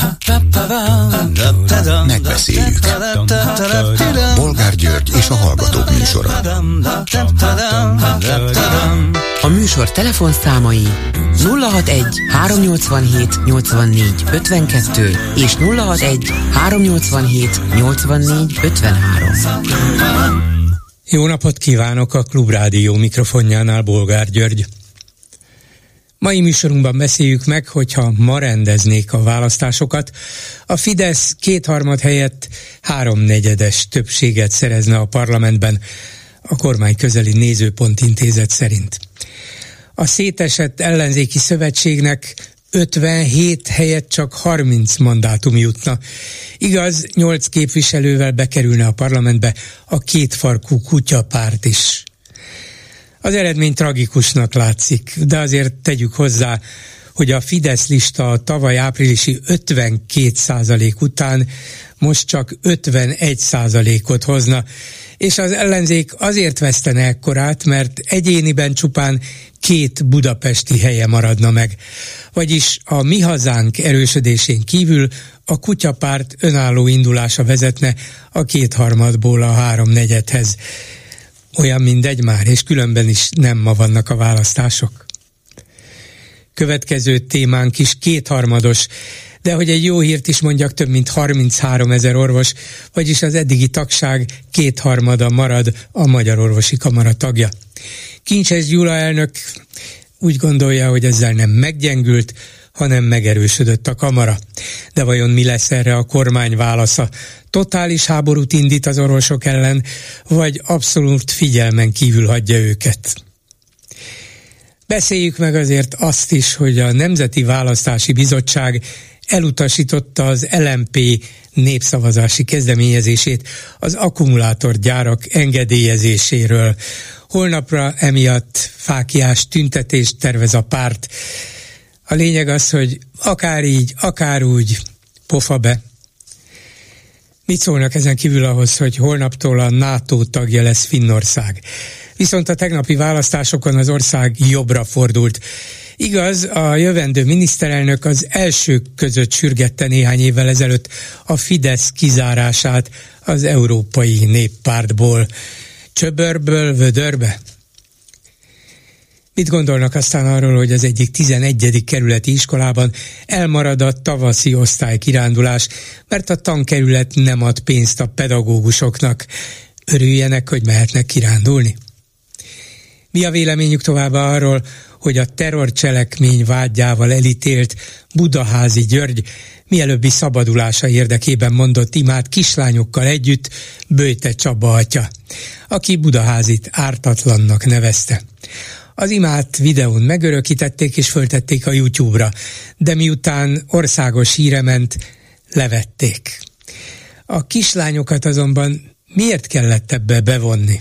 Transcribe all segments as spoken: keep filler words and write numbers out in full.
Megbeszéljük. Bolgár György és a Hallgatók műsora. A műsor telefonszámai nulla hatvanegy háromnyolcvanhét nyolcvannégy ötvenkettő és nulla hatvanegy háromnyolcvanhét nyolcvannégy ötvenhárom. Jó napot kívánok, a Klubrádió mikrofonjánál Bolgár György. Mai műsorunkban beszéljük meg, hogyha ma rendeznék a választásokat, a Fidesz kétharmad helyett háromnegyedes többséget szerezne a parlamentben, a kormány közeli Nézőpont Intézet szerint. A szétesett ellenzéki szövetségnek ötvenhét helyett csak harminc mandátum jutna. Igaz, nyolc képviselővel bekerülne a parlamentbe a kétfarkú kutyapárt is. Az eredmény tragikusnak látszik, de azért tegyük hozzá, hogy a Fidesz lista a tavaly áprilisi ötvenkét százalék után most csak ötvenegy százalékot hozna, és az ellenzék azért vesztene ekkorát, mert egyéniben csupán két budapesti helye maradna meg. Vagyis a Mi Hazánk erősödésén kívül a kutyapárt önálló indulása vezetne a kétharmadból a háromnegyedhez. Olyan mindegy már, és különben is nem ma vannak a választások. Következő témánk is kétharmados, de hogy egy jó hírt is mondjak, több mint harminchárom ezer orvos, vagyis az eddigi tagság kétharmada marad a Magyar Orvosi Kamara tagja. Kincses Gyula elnök úgy gondolja, hogy ezzel nem meggyengült, hanem megerősödött a kamara. De vajon mi lesz erre a kormány válasza? Totális háborút indít az orvosok ellen, vagy abszolút figyelmen kívül hagyja őket? Beszéljük meg azért azt is, hogy a Nemzeti Választási Bizottság elutasította az el em pé népszavazási kezdeményezését az akkumulátorgyárak engedélyezéséről. Holnapra emiatt fáklyás tüntetést tervez a párt. A lényeg az, hogy akár így, akár úgy, pofa be. Mit szólnak ezen kívül ahhoz, hogy holnaptól a NATO tagja lesz Finnország? Viszont a tegnapi választásokon az ország jobbra fordult. Igaz, a jövendő miniszterelnök az elsők között sürgette néhány évvel ezelőtt a Fidesz kizárását az Európai Néppártból. Csöbörből vödörbe? Mit gondolnak aztán arról, hogy az egyik tizenegyedik kerületi iskolában elmarad a tavaszi osztálykirándulás, mert a tankerület nem ad pénzt a pedagógusoknak? Örüljenek, hogy mehetnek kirándulni? Mi a véleményük továbbá arról, hogy a terrorcselekmény vádjával elítélt Budaházi György mielőbbi szabadulása érdekében mondott imát kislányokkal együtt Böjte Csaba atya, aki Budaházit ártatlannak nevezte. Az imát videón megörökítették és föltették a YouTube-ra, de miután országos híre ment, levették. A kislányokat azonban miért kellett ebbe bevonni?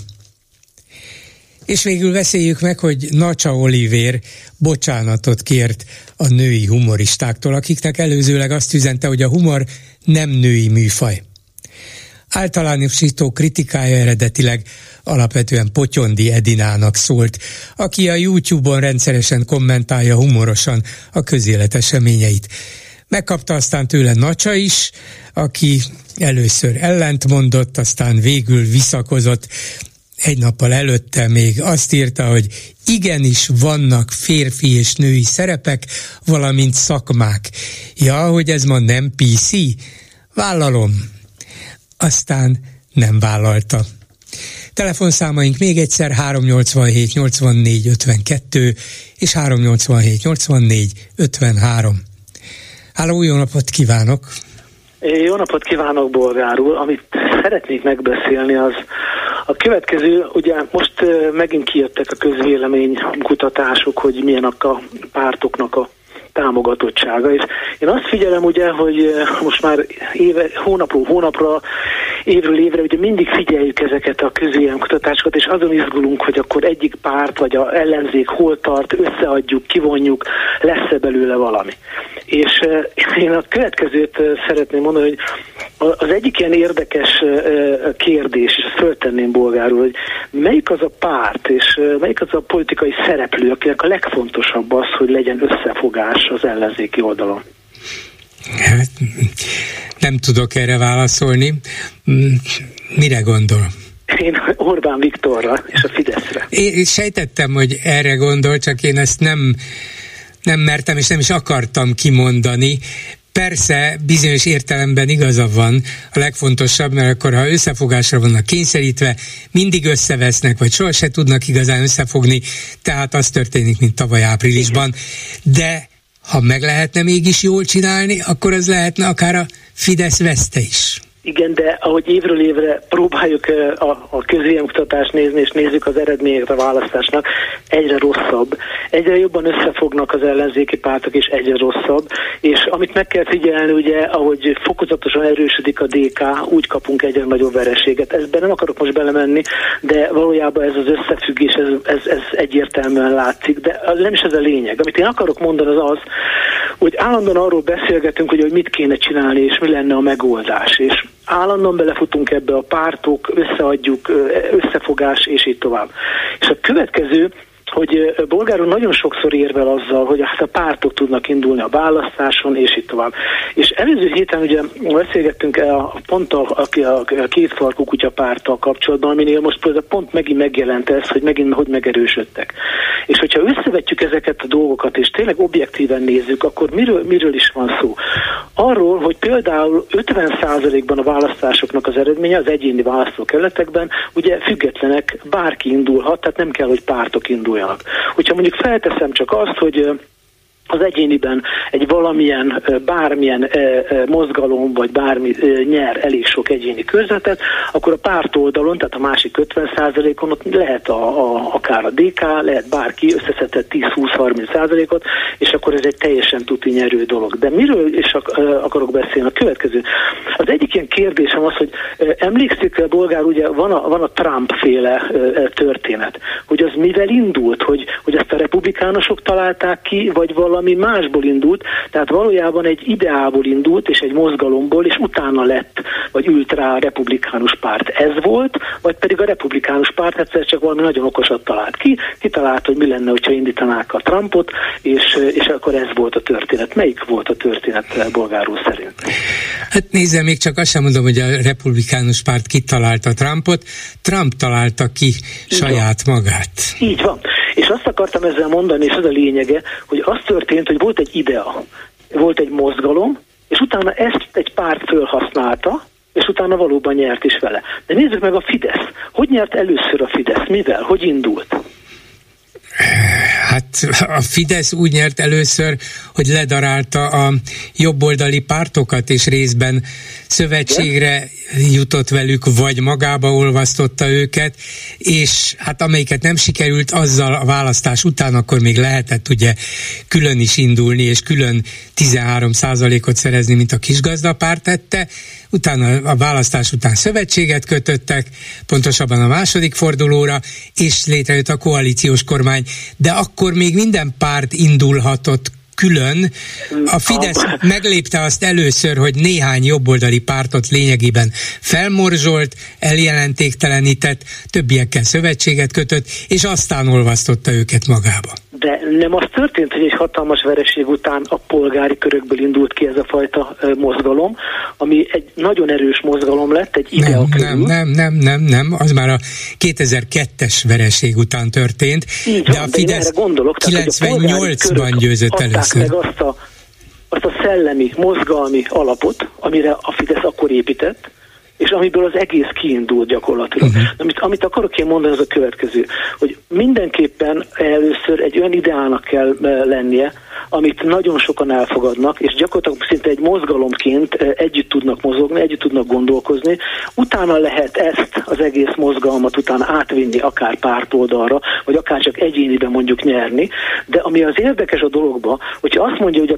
És végül beszéljük meg, hogy Nacsa Olivér bocsánatot kért a női humoristáktól, akiknek előzőleg azt üzente, hogy a humor nem női műfaj. Általánosító kritikája eredetileg alapvetően Potyondi Edinának szólt, aki a YouTube-on rendszeresen kommentálja humorosan a közélet eseményeit. Megkapta aztán tőle Nacsa is, aki először ellentmondott, aztán végül visszakozott. Egy nappal előtte még azt írta, hogy igenis vannak férfi és női szerepek, valamint szakmák. Ja, hogy ez ma nem pé cé? Vállalom. Aztán nem vállalta. Telefonszámaink még egyszer háromnyolcvanhét nyolcvannégy ötvenkettő és háromnyolcvanhét nyolcvannégy ötvenhárom. Háló, jó napot kívánok! Jó napot kívánok, Bolgár úr! Amit szeretnék megbeszélni, az a következő, ugye most megint kijöttek a közvéleménykutatások, hogy milyenek a pártoknak a támogatottsága, és én azt figyelem ugye, hogy most már éve, hónapról hónapra, évről évre ugye mindig figyeljük ezeket a közvéleménykutatásokat, és azon izgulunk, hogy akkor egyik párt vagy a ellenzék hol tart, összeadjuk, kivonjuk, lesz-e belőle valami. És én a következőt szeretném mondani, hogy az egyik ilyen érdekes kérdés, és ezt föltenném Bolgárul, hogy melyik az a párt, és melyik az a politikai szereplő, akinek a legfontosabb az, hogy legyen összefogás az ellenzéki oldalon. nem tudok erre válaszolni. Mire gondol? Én Orbán Viktorra és a Fideszre. Én sejtettem, hogy erre gondol, csak én ezt nem, nem mertem és nem is akartam kimondani. Persze, bizonyos értelemben igaza van, a legfontosabb, mert akkor, ha összefogásra vannak kényszerítve, mindig összevesznek, vagy soha se tudnak igazán összefogni, tehát az történik, mint tavaly áprilisban. De ha meg lehetne mégis jól csinálni, akkor az lehetne akár a Fidesz veszte is. Igen, de ahogy évről évre próbáljuk a, a közvéleménykutatást nézni, és nézzük az eredményeket a választásnak, egyre rosszabb. Egyre jobban összefognak az ellenzéki pártok, és egyre rosszabb. És amit meg kell figyelni, ugye, ahogy fokozatosan erősödik a dé ká, úgy kapunk egyre nagyobb vereséget. Ezben nem akarok most belemenni, de valójában ez az összefüggés, ez, ez, ez egyértelműen látszik. De nem is ez a lényeg. Amit én akarok mondani, az az, hogy állandóan arról beszélgetünk, hogy, hogy mit kéne csinálni, és mi lenne a megoldás. És állandóan belefutunk ebbe, a pártok, összeadjuk, összefogás, és így tovább. És a következő, hogy Bolgár úr nagyon sokszor érvel azzal, hogy hát a pártok tudnak indulni a választáson, és így tovább. És előző héten ugye beszélgettünk a, pont a, a, a kétfarkú kutya párttal kapcsolatban, aminél most pont megint megjelent ez, hogy megint hogy megerősödtek. És hogyha összevetjük ezeket a dolgokat, és tényleg objektíven nézzük, akkor miről, miről is van szó? Arról, hogy például ötven százalékban a választásoknak az eredménye az egyéni választókerületekben ugye függetlenek, bárki indulhat, tehát nem kell, hogy pártok induljanak. Hogyha mondjuk felteszem csak azt, hogy az egyéniben egy valamilyen, bármilyen mozgalom, vagy bármi nyer elég sok egyéni körzetet, akkor a párt oldalon, tehát a másik ötven százalékon ott lehet a, a, akár a dé ká, lehet bárki, összeszedett tíz-húsz-harminc százalékot, és akkor ez egy teljesen tuti nyerő dolog. De miről is akarok beszélni? A következő. Az egyik ilyen kérdésem az, hogy emlékszik, Bolgár, ugye van a, van a Trump-féle történet, hogy az mivel indult, hogy, hogy ezt a republikánusok találták ki, vagy valami valami másból indult, tehát valójában egy ideából indult, és egy mozgalomból, és utána lett, vagy ült rá a republikánus párt. Ez volt, vagy pedig a republikánus párt egyszer csak valami nagyon okosat talált ki, kitalált, hogy mi lenne, hogyha indítanák a Trumpot, és, és akkor ez volt a történet. Melyik volt a történet Bolgár úr szerint? Hát nézze, még csak azt sem mondom, hogy a republikánus párt kitalálta Trumpot, Trump találta ki Így saját van. magát. Így van. És azt akartam ezzel mondani, és az a lényege, hogy az történt, hogy volt egy idea, volt egy mozgalom, és utána ezt egy párt fölhasználta, és utána valóban nyert is vele. De nézzük meg a Fidesz. Hogy nyert először a Fidesz? Mivel? Hogy indult? Hát a Fidesz úgy nyert először, hogy ledarálta a jobboldali pártokat, és részben szövetségre jutott velük, vagy magába olvasztotta őket, és hát amelyiket nem sikerült, azzal a választás után akkor még lehetett ugye külön is indulni, és külön tizenhárom százalékot szerezni, mint a kisgazdapárt tette. Utána a választás után szövetséget kötöttek, pontosabban a második fordulóra, és létrejött a koalíciós kormány, de akkor még minden párt indulhatott külön. A Fidesz meglépte azt először, hogy néhány jobboldali pártot lényegében felmorzsolt, eljelentéktelenített, többiekkel szövetséget kötött, és aztán olvasztotta őket magába. De nem az történt, hogy egy hatalmas vereség után a polgári körökből indult ki ez a fajta uh, mozgalom, ami egy nagyon erős mozgalom lett, egy idea körül. Nem, nem, nem, nem, nem, az már a kétezer-kettes vereség után történt, Így de van, a Fidesz gondolok, kilencvennyolcban győzött először. Meg azt a, azt a szellemi, mozgalmi alapot, amire a Fidesz akkor épített, és amiből az egész kiindult gyakorlatilag. Uh-huh. Amit, amit akarok én mondani, az a következő, hogy mindenképpen először egy olyan ideának kell lennie, amit nagyon sokan elfogadnak, és gyakorlatilag szinte egy mozgalomként együtt tudnak mozogni, együtt tudnak gondolkozni, utána lehet ezt az egész mozgalmat utána átvinni akár pártoldalra, vagy akár csak egyéniben mondjuk nyerni, de ami az érdekes a dologban, hogyha azt mondja, hogy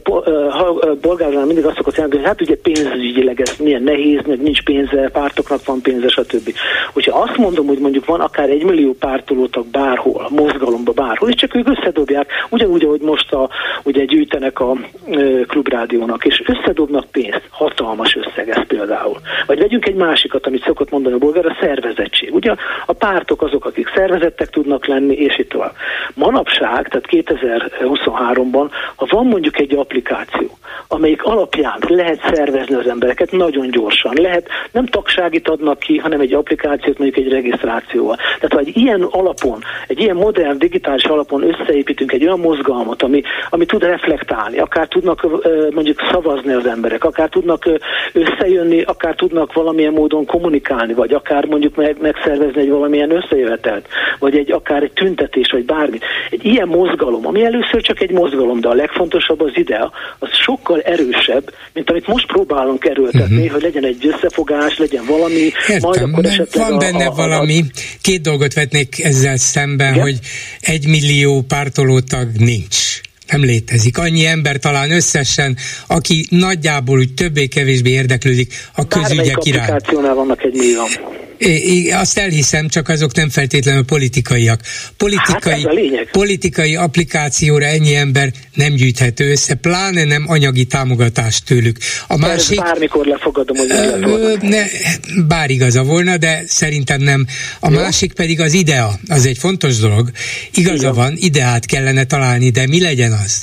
a Bolgárnál mindig azt szokott jelenteni, hogy hát ugye pénzügyileg ez milyen nehéz, meg nincs pénze, pártoknak van pénze, stb. Hogyha azt mondom, hogy mondjuk van akár egy millió pártolótag bárhol, mozgalomba bárhol, és csak ők összedobják, ugyanúgy, ahogy most a ugye gyűjtenek a ö, klubrádiónak, és összedobnak pénzt, hatalmas összeg ez például. Vagy vegyünk egy másikat, amit szokott mondani a Bolgár, a szervezettség. Ugye a pártok azok, akik szervezettek tudnak lenni, és itt tovább. Manapság, tehát kétezer-huszonháromban, ha van mondjuk egy applikáció, amelyik alapján lehet szervezni az embereket nagyon gyorsan. Lehet, nem tagságit adnak ki, hanem egy applikációt, mondjuk egy regisztrációval. Tehát ha egy ilyen alapon, egy ilyen modern digitális alapon összeépítünk egy olyan mozgalmat, ami, ami tud reflektálni, akár tudnak mondjuk szavazni az emberek, akár tudnak összejönni, akár tudnak valamilyen módon kommunikálni, vagy akár mondjuk meg, megszervezni egy valamilyen összejövetelt, vagy egy akár egy tüntetés, vagy bármi. Egy ilyen mozgalom, ami először csak egy mozgalom, de a legfontosabb az idea, az sokkal erősebb, mint amit most próbálunk erőltetni, uh-huh. hogy legyen egy összefogás, legyen valami, Értem, majd akkor esetleg van benne a, a, valami, a... két dolgot vetnék ezzel szemben, igen? Hogy egy millió pártolótag nincs. Nem létezik. Annyi ember talán összesen, aki nagyjából úgy többé-kevésbé érdeklődik a közügyek iránt. Bármelyik applikációnál vannak egy millió. É, azt elhiszem, csak azok nem feltétlenül politikaiak. Politikai, hát politikai applikációra ennyi ember nem gyűjthető össze, pláne nem anyagi támogatást tőlük. A másik, bármikor lefogadom, hogy ö, ne, bár igaza volna, de szerintem nem. A Jó. másik pedig az idea. Az egy fontos dolog. Igaza Igen. van, ideát kellene találni, de mi legyen az?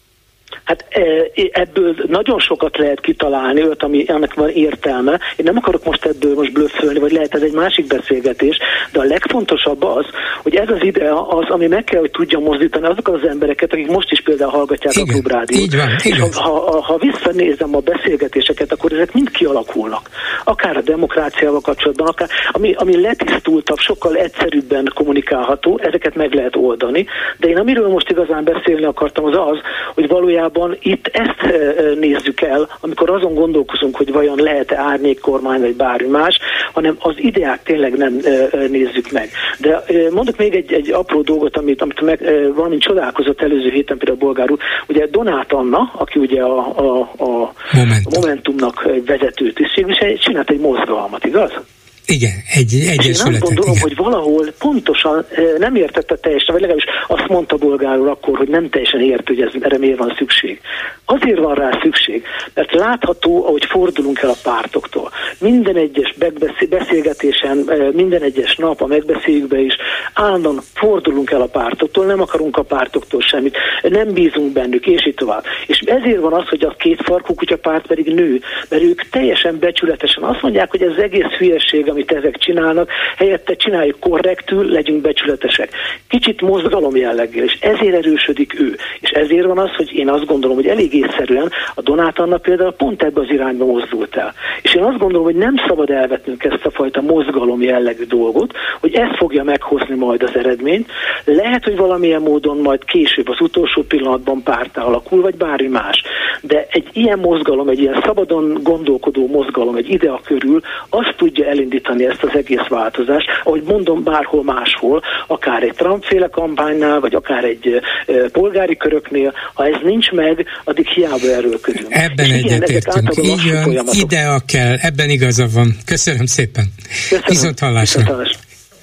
Hát ebből nagyon sokat lehet kitalálni, olyat, ami, ennek van értelme. Én nem akarok most ebből most blöffölni, vagy lehet ez egy másik beszélgetés, de a legfontosabb az, hogy ez az idea az, ami meg kell, hogy tudja mozdítani azokat az embereket, akik most is például hallgatják igen, a Klubrádiót. Így van, és ha, ha, ha visszanézem a beszélgetéseket, akkor ezek mind kialakulnak. Akár a demokráciával kapcsolatban, akár ami, ami letisztultabb, sokkal egyszerűbben kommunikálható, ezeket meg lehet oldani. De én amiről most igazán beszélni akartam, az az, hogy valójában itt ezt nézzük el, amikor azon gondolkozunk, hogy vajon lehet-e árnyékkormány, vagy bármi más, hanem az ideák tényleg nem nézzük meg. De mondok még egy, egy apró dolgot, amit, amit meg, valamint csodálkozott előző héten például a bolgár úr. Ugye Donát Anna, aki ugye a, a, a, Momentum. a Momentumnak vezető tisztségviselő, csinált egy mozgalmat, igaz? Igen, egy egyesületet. És én azt gondolom, igen. hogy valahol pontosan nem értette teljesen, vagy legalábbis azt mondta Bolgár úr akkor, hogy nem teljesen ért, hogy ez, erre miért van szükség. Azért van rá szükség, mert látható, ahogy fordulunk el a pártoktól. Minden egyes beszélgetésen, minden egyes nap a megbeszéljükbe is állandóan fordulunk el a pártoktól, nem akarunk a pártoktól semmit, nem bízunk bennük, és így tovább. És ezért van az, hogy a két farkú kutyapárt pedig nő, mert ők teljesen becsületesen azt mondják, hogy ez az egész hülyeség, amit ezek csinálnak, helyette csináljuk korrektül, legyünk becsületesek. Kicsit mozgalom jelleggel, és ezért erősödik ő. És ezért van az, hogy én azt gondolom, hogy elég észszerűen a Donát Anna például pont ebbe az irányba mozdult el. És én azt gondolom, hogy nem szabad elvetnünk ezt a fajta mozgalom jellegű dolgot, hogy ez fogja meghozni majd az eredményt. Lehet, hogy valamilyen módon majd később az utolsó pillanatban párttá alakul, vagy bármi más. De egy ilyen mozgalom, egy ilyen szabadon gondolkodó mozgalom, egy idea körül azt tudja elindítani ezt az egész változást, ahogy mondom, bárhol máshol, akár egy Trump-féle kampánynál, vagy akár egy e, polgári köröknél, ha ez nincs meg, addig hiába erőlködünk. Ebben egyetértünk. Így van, idea kell, ebben igaza van. Köszönöm szépen. Köszönöm. Viszont hallásra. Viszont hallásra.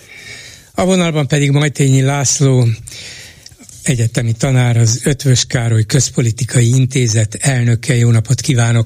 A vonalban pedig Majtényi László, egyetemi tanár, az Eötvös Károly Közpolitikai Intézet elnöke. Jó napot kívánok!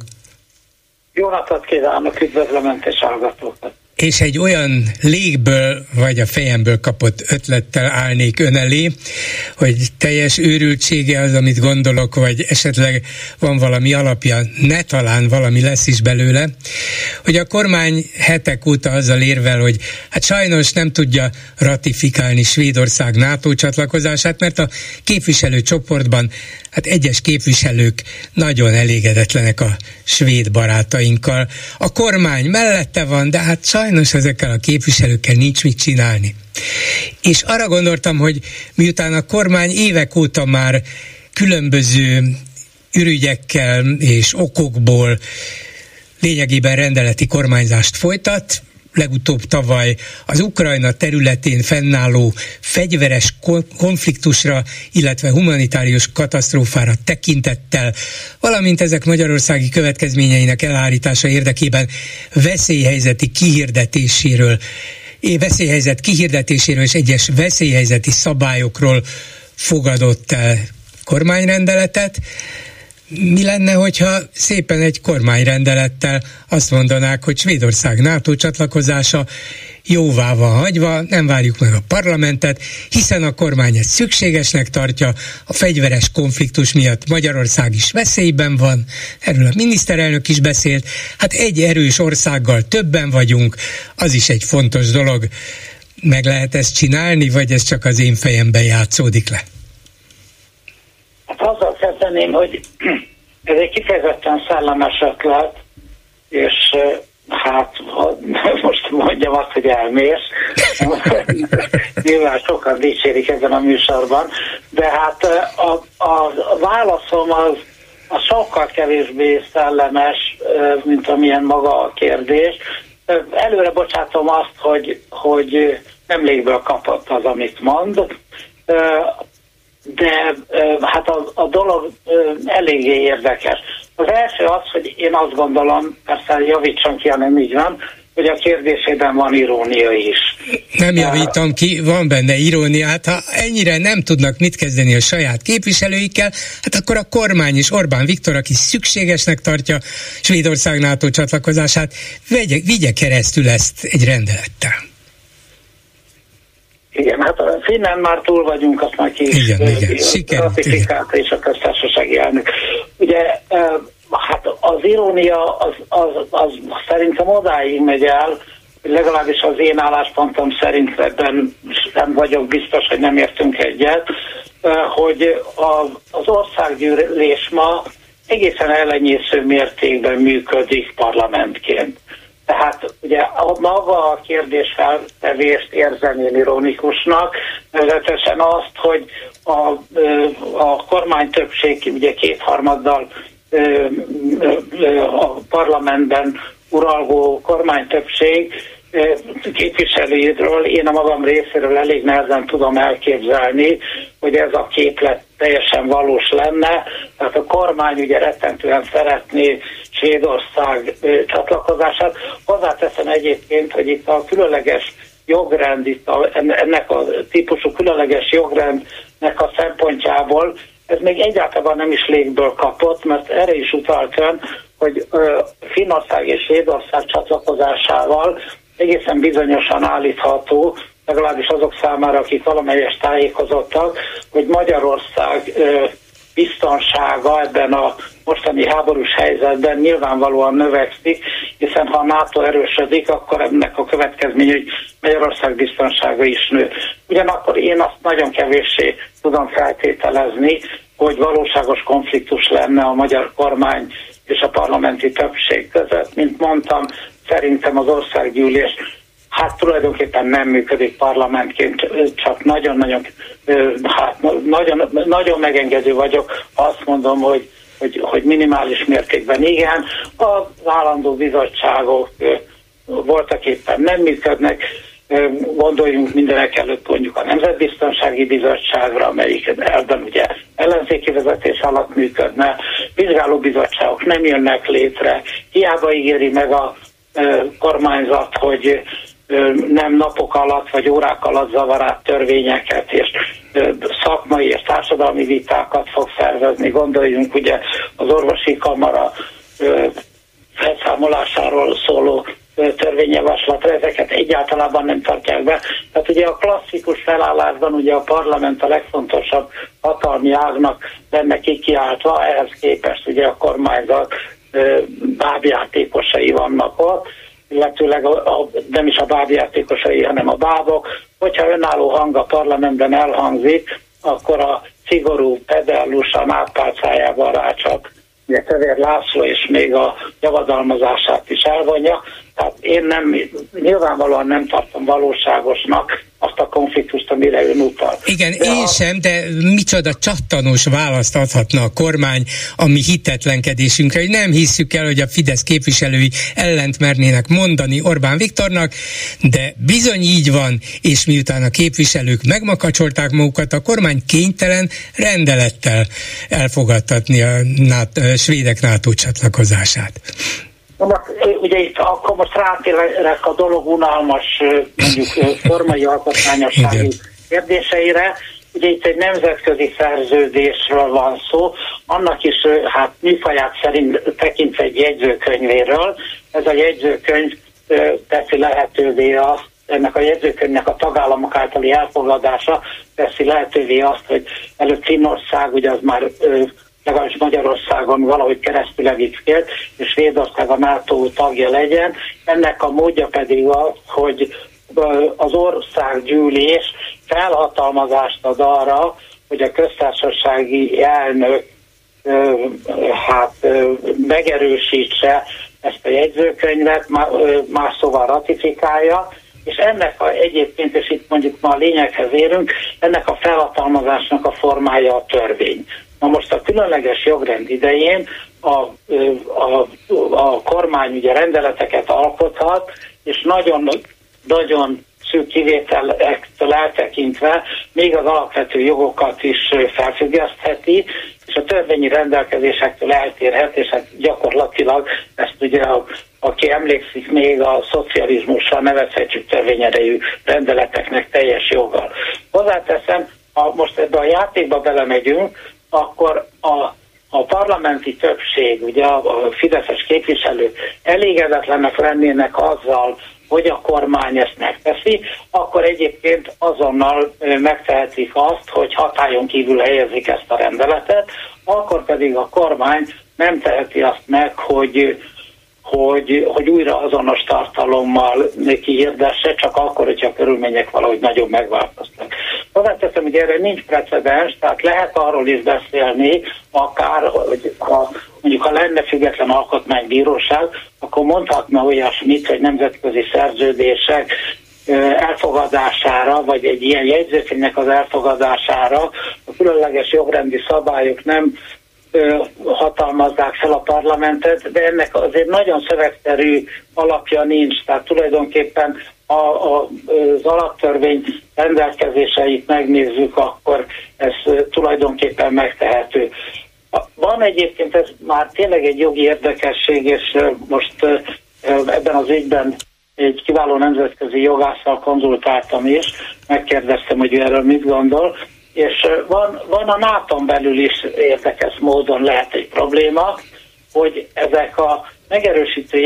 Jó napot kívánok, üdvözlöm Önt és hallgatókat! És egy olyan légből, vagy a fejemből kapott ötlettel állnék ön elé, hogy teljes őrültsége az, amit gondolok, vagy esetleg van valami alapja, ne talán valami lesz is belőle, hogy a kormány hetek óta azzal érvel, hogy hát sajnos nem tudja ratifikálni Svédország NATO csatlakozását, mert a képviselőcsoportban hát egyes képviselők nagyon elégedetlenek a svéd barátainkkal. A kormány mellette van, de hát sajnos ezekkel a képviselőkkel nincs mit csinálni. És arra gondoltam, hogy miután a kormány évek óta már különböző ürügyekkel és okokból lényegében rendeleti kormányzást folytat, legutóbb tavaly az Ukrajna területén fennálló fegyveres konfliktusra, illetve humanitárius katasztrófára tekintettel, valamint ezek magyarországi következményeinek elhárítása érdekében veszélyhelyzeti kihirdetéséről, veszélyhelyzet kihirdetéséről és egyes veszélyhelyzeti szabályokról fogadott el kormányrendeletet. Mi lenne, hogyha szépen egy kormányrendelettel azt mondanák, hogy Svédország NATO csatlakozása jóvá van hagyva, nem várjuk meg a parlamentet, hiszen a kormány ezt szükségesnek tartja, a fegyveres konfliktus miatt Magyarország is veszélyben van, erről a miniszterelnök is beszélt, hát egy erős országgal többen vagyunk, az is egy fontos dolog. Meg lehet ezt csinálni, vagy ez csak az én fejemben játszódik le? Hát azzal kezdeném, hogy ez egy kifejezetten szellemes ötlet, és hát most mondjam azt, hogy elmész. Nyilván sokan dicsérik ebben a műsorban, de hát a, a, a válaszom az, az sokkal kevésbé szellemes, mint amilyen maga a kérdés. Előre bocsátom azt, hogy, hogy nem légből kapott az, amit mond, de hát a, a dolog eléggé érdekes. Az első az, hogy én azt gondolom, persze javítson ki, hanem így van, hogy a kérdésében van irónia is. Nem javítom ki, van benne irónia. Hát ha ennyire nem tudnak mit kezdeni a saját képviselőikkel, hát akkor a kormány és Orbán Viktor, aki szükségesnek tartja Svédország NATO csatlakozását, vegye, vigye keresztül ezt egy rendelettel. Igen, hát a finnen már túl vagyunk, azt már ki is ratifikálta és a köztársasági elnök. Ugye, hát az irónia az, az, az szerintem odáig megy el, legalábbis az én álláspontom szerint ebben nem vagyok biztos, hogy nem értünk egyet, hogy az országgyűlés ma egészen elenyésző mértékben működik parlamentként. Tehát ugye a maga a kérdésfeltevést érzem én ironikusnak, nevezetesen azt, hogy a, a kormány többség ugye kétharmaddal a parlamentben uralgó kormány többség képviselőjéről én a magam részéről elég nehezen tudom elképzelni, hogy ez a képlet teljesen valós lenne. Tehát a kormány ugye rettentően szeretné Svédország csatlakozását. Hozzáteszem egyébként, hogy itt a különleges jogrend, itt a, ennek a típusú különleges jogrendnek a szempontjából ez még egyáltalán nem is légből kapott, mert erre is utalt ön, hogy Finnország és Svédország csatlakozásával egészen bizonyosan állítható, legalábbis azok számára, akik valamelyes tájékozottak, hogy Magyarország biztonsága ebben a mostani háborús helyzetben nyilvánvalóan növekszik, hiszen ha a NATO erősödik, akkor ennek a következmény, hogy Magyarország biztonsága is nő. Ugyanakkor én azt nagyon kevéssé tudom feltételezni, hogy valóságos konfliktus lenne a magyar kormány és a parlamenti többség között. Mint mondtam, szerintem az országgyűlés hát tulajdonképpen nem működik parlamentként, csak nagyon-nagyon hát nagyon, nagyon megengedő vagyok, azt mondom, hogy, hogy, hogy minimális mértékben igen. Az állandó bizottságok voltak éppen nem működnek, gondoljunk mindenek előtt mondjuk a Nemzetbiztonsági Bizottságra, amelyik ebben ugye ellenzéki vezetés alatt működne, vizsgálóbizottságok nem jönnek létre, hiába ígéri meg a kormányzat, hogy nem napok alatt vagy órák alatt zavar át törvényeket, és szakmai és társadalmi vitákat fog szervezni. Gondoljunk ugye az orvosi kamara felszámolásáról szóló törvényjavaslatra, ezeket egyáltalán nem tartják be. Tehát ugye a klasszikus felállásban ugye a parlament a legfontosabb hatalmi ágnak lenne kikiáltva, ehhez képest ugye a kormányzat bábjátékosai vannak ott, illetőleg a, a, nem is a bábjátékosai, hanem a bábok. Hogyha önálló hang a parlamentben elhangzik, akkor a szigorú pedellus nátpálcájával rácsap. Ugye Kövér László és még a javadalmazását is elvonja. Tehát én nem, nyilvánvalóan nem tartom valóságosnak azt a konfliktust, amire ön utal. Igen, de én a... sem, de micsoda csattanós választ adhatna a kormány a mi hitetlenkedésünkre, hogy nem hisszük el, hogy a Fidesz képviselői ellent mernének mondani Orbán Viktornak, de bizony így van, és miután a képviselők megmakacsolták magukat, a kormány kénytelen rendelettel elfogadtatni a NATO, a svédek NATO csatlakozását. Ugye itt akkor most rátérek a dolog unalmas, mondjuk formai alkotmányossági kérdéseire. Ugye itt egy nemzetközi szerződésről van szó, annak is hát műfaját szerint tekintve egy jegyzőkönyvéről. Ez a jegyzőkönyv teszi lehetővé azt, ennek a jegyzőkönyvnek a tagállamok általi elfogadása teszi lehetővé azt, hogy előbb Finnország, ugye az már ö, legalábbis Magyarországon valahogy keresztül egészkélt, és Svédország a NATO tagja legyen. Ennek a módja pedig az, hogy az országgyűlés felhatalmazást ad arra, hogy a köztársasági elnök hát megerősítse ezt a jegyzőkönyvet, más szóval ratifikálja, és ennek a, egyébként, és itt mondjuk ma a lényeghez érünk, ennek a felhatalmazásnak a formája a törvény. Na most a különleges jogrend idején a, a, a kormány ugye rendeleteket alkothat, és nagyon, nagyon szűk kivételektől eltekintve még az alapvető jogokat is felfüggesztheti, és a törvényi rendelkezésektől eltérhet, és hát gyakorlatilag ezt ugye, a, aki emlékszik még a szocializmussal, nevezhetjük törvényerejű rendeleteknek teljes joggal. Hozzáteszem, ha most ebbe a játékba belemegyünk, akkor a a parlamenti többség, ugye a fideszes képviselők elégedetlenek lennének azzal, hogy a kormány ezt megteszi, akkor egyébként azonnal megtehetik azt, hogy hatályon kívül helyezik ezt a rendeletet, akkor pedig a kormány nem teheti azt meg, hogy, hogy, hogy újra azonos tartalommal kihirdesse, csak akkor, hogyha a körülmények valahogy nagyon megváltoztak. Hozzáteszem, hogy erre nincs precedens, tehát lehet arról is beszélni, akár, hogy ha mondjuk ha lenne független alkotmánybíróság, akkor mondhatna olyasmit, hogy nemzetközi szerződések elfogadására, vagy egy ilyen jegyzőkönyvnek az elfogadására a különleges jogrendi szabályok nem hatalmazzák fel a parlamentet, de ennek azért nagyon szövegszerű alapja nincs, tehát tulajdonképpen a, a, az alaptörvény rendelkezéseit megnézzük, akkor ez tulajdonképpen megtehető. Van egyébként, ez már tényleg egy jogi érdekesség, és most ebben az ügyben egy kiváló nemzetközi jogásszal konzultáltam is, megkérdeztem, hogy ő erről mit gondol, és van, van a náton belül is érdekes módon lehet egy probléma, hogy ezek a megerősítő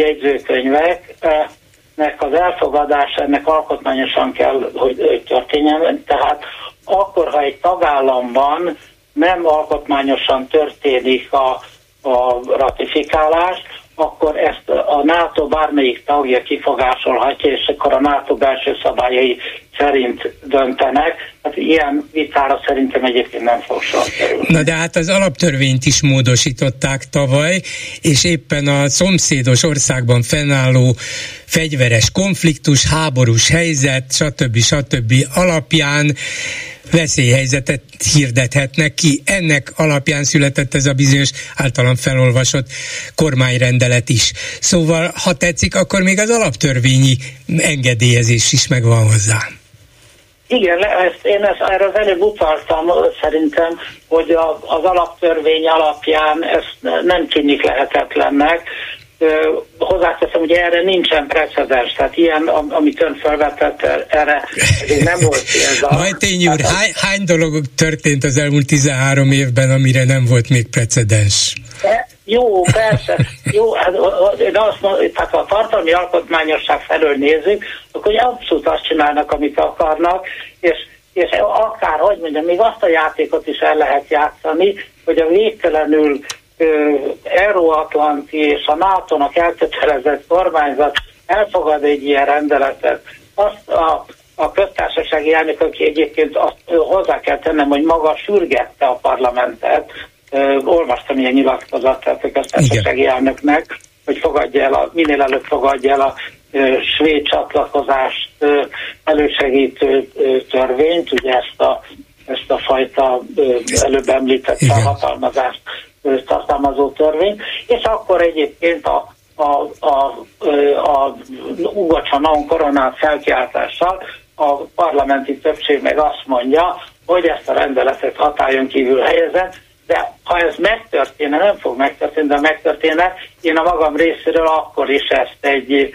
jegyzőkönyveknek az elfogadása, ennek alkotmányosan kell, hogy történjen, tehát akkor, ha egy tagállamban nem alkotmányosan történik a, a ratifikálás, akkor ezt a NATO bármelyik tagja kifogásolhatja, és akkor a NATO belső szabályai szerint döntenek. Hát ilyen vitára szerintem egyébként nem fog sor kerülni. Na de hát az alaptörvényt is módosították tavaly, és éppen a szomszédos országban fennálló fegyveres konfliktus, háborús helyzet, stb. stb. Alapján veszélyhelyzetet hirdethetnek ki. Ennek alapján született ez a bizonyos általam felolvasott kormányrendelet is. Szóval, ha tetszik, akkor még az alaptörvényi engedélyezés is megvan hozzá. Igen, ezt, én ezt, erre az előbb utaltam szerintem, hogy a, az alaptörvény alapján ez nem tűnik lehetetlennek. Hozzáteszem, hogy erre nincsen precedens, tehát ilyen, amit ön felvetett, erre nem volt ez a... Majtényi úr, hány, hány dolog történt az elmúlt tizenhárom évben, amire nem volt még precedens? De, jó, persze, jó, de azt mondom, tehát ha a tartalmi alkotmányosság felől nézzük, akkor abszolút azt csinálnak, amit akarnak, és, és akár, hogy mondjam, még azt a játékot is el lehet játszani, hogy a végtelenül Euróatlanti és a nátónak elkötelezett kormányzat elfogad egy ilyen rendeletet. Azt a, a köztársasági elnök, aki egyébként azt hozzá kell tennem, hogy maga sürgette a parlamentet, ö, olvastam ilyen nyilatkozatát a köztársasági Igen. elnöknek, hogy fogadja el a, minél előbb fogadja el a ö, svéd csatlakozást ö, elősegítő ö, törvényt, ugye ezt a, ezt a fajta ö, előbb említett felhatalmazást tartalmazó törvény, és akkor egyébként a, a, a, a Ugocsa non koronát felkiáltással a parlamenti többség meg azt mondja, hogy ezt a rendeletet hatályon kívül helyezem, de ha ez megtörténne, nem fog megtörténni, de megtörténne, én a magam részéről akkor is ezt egy,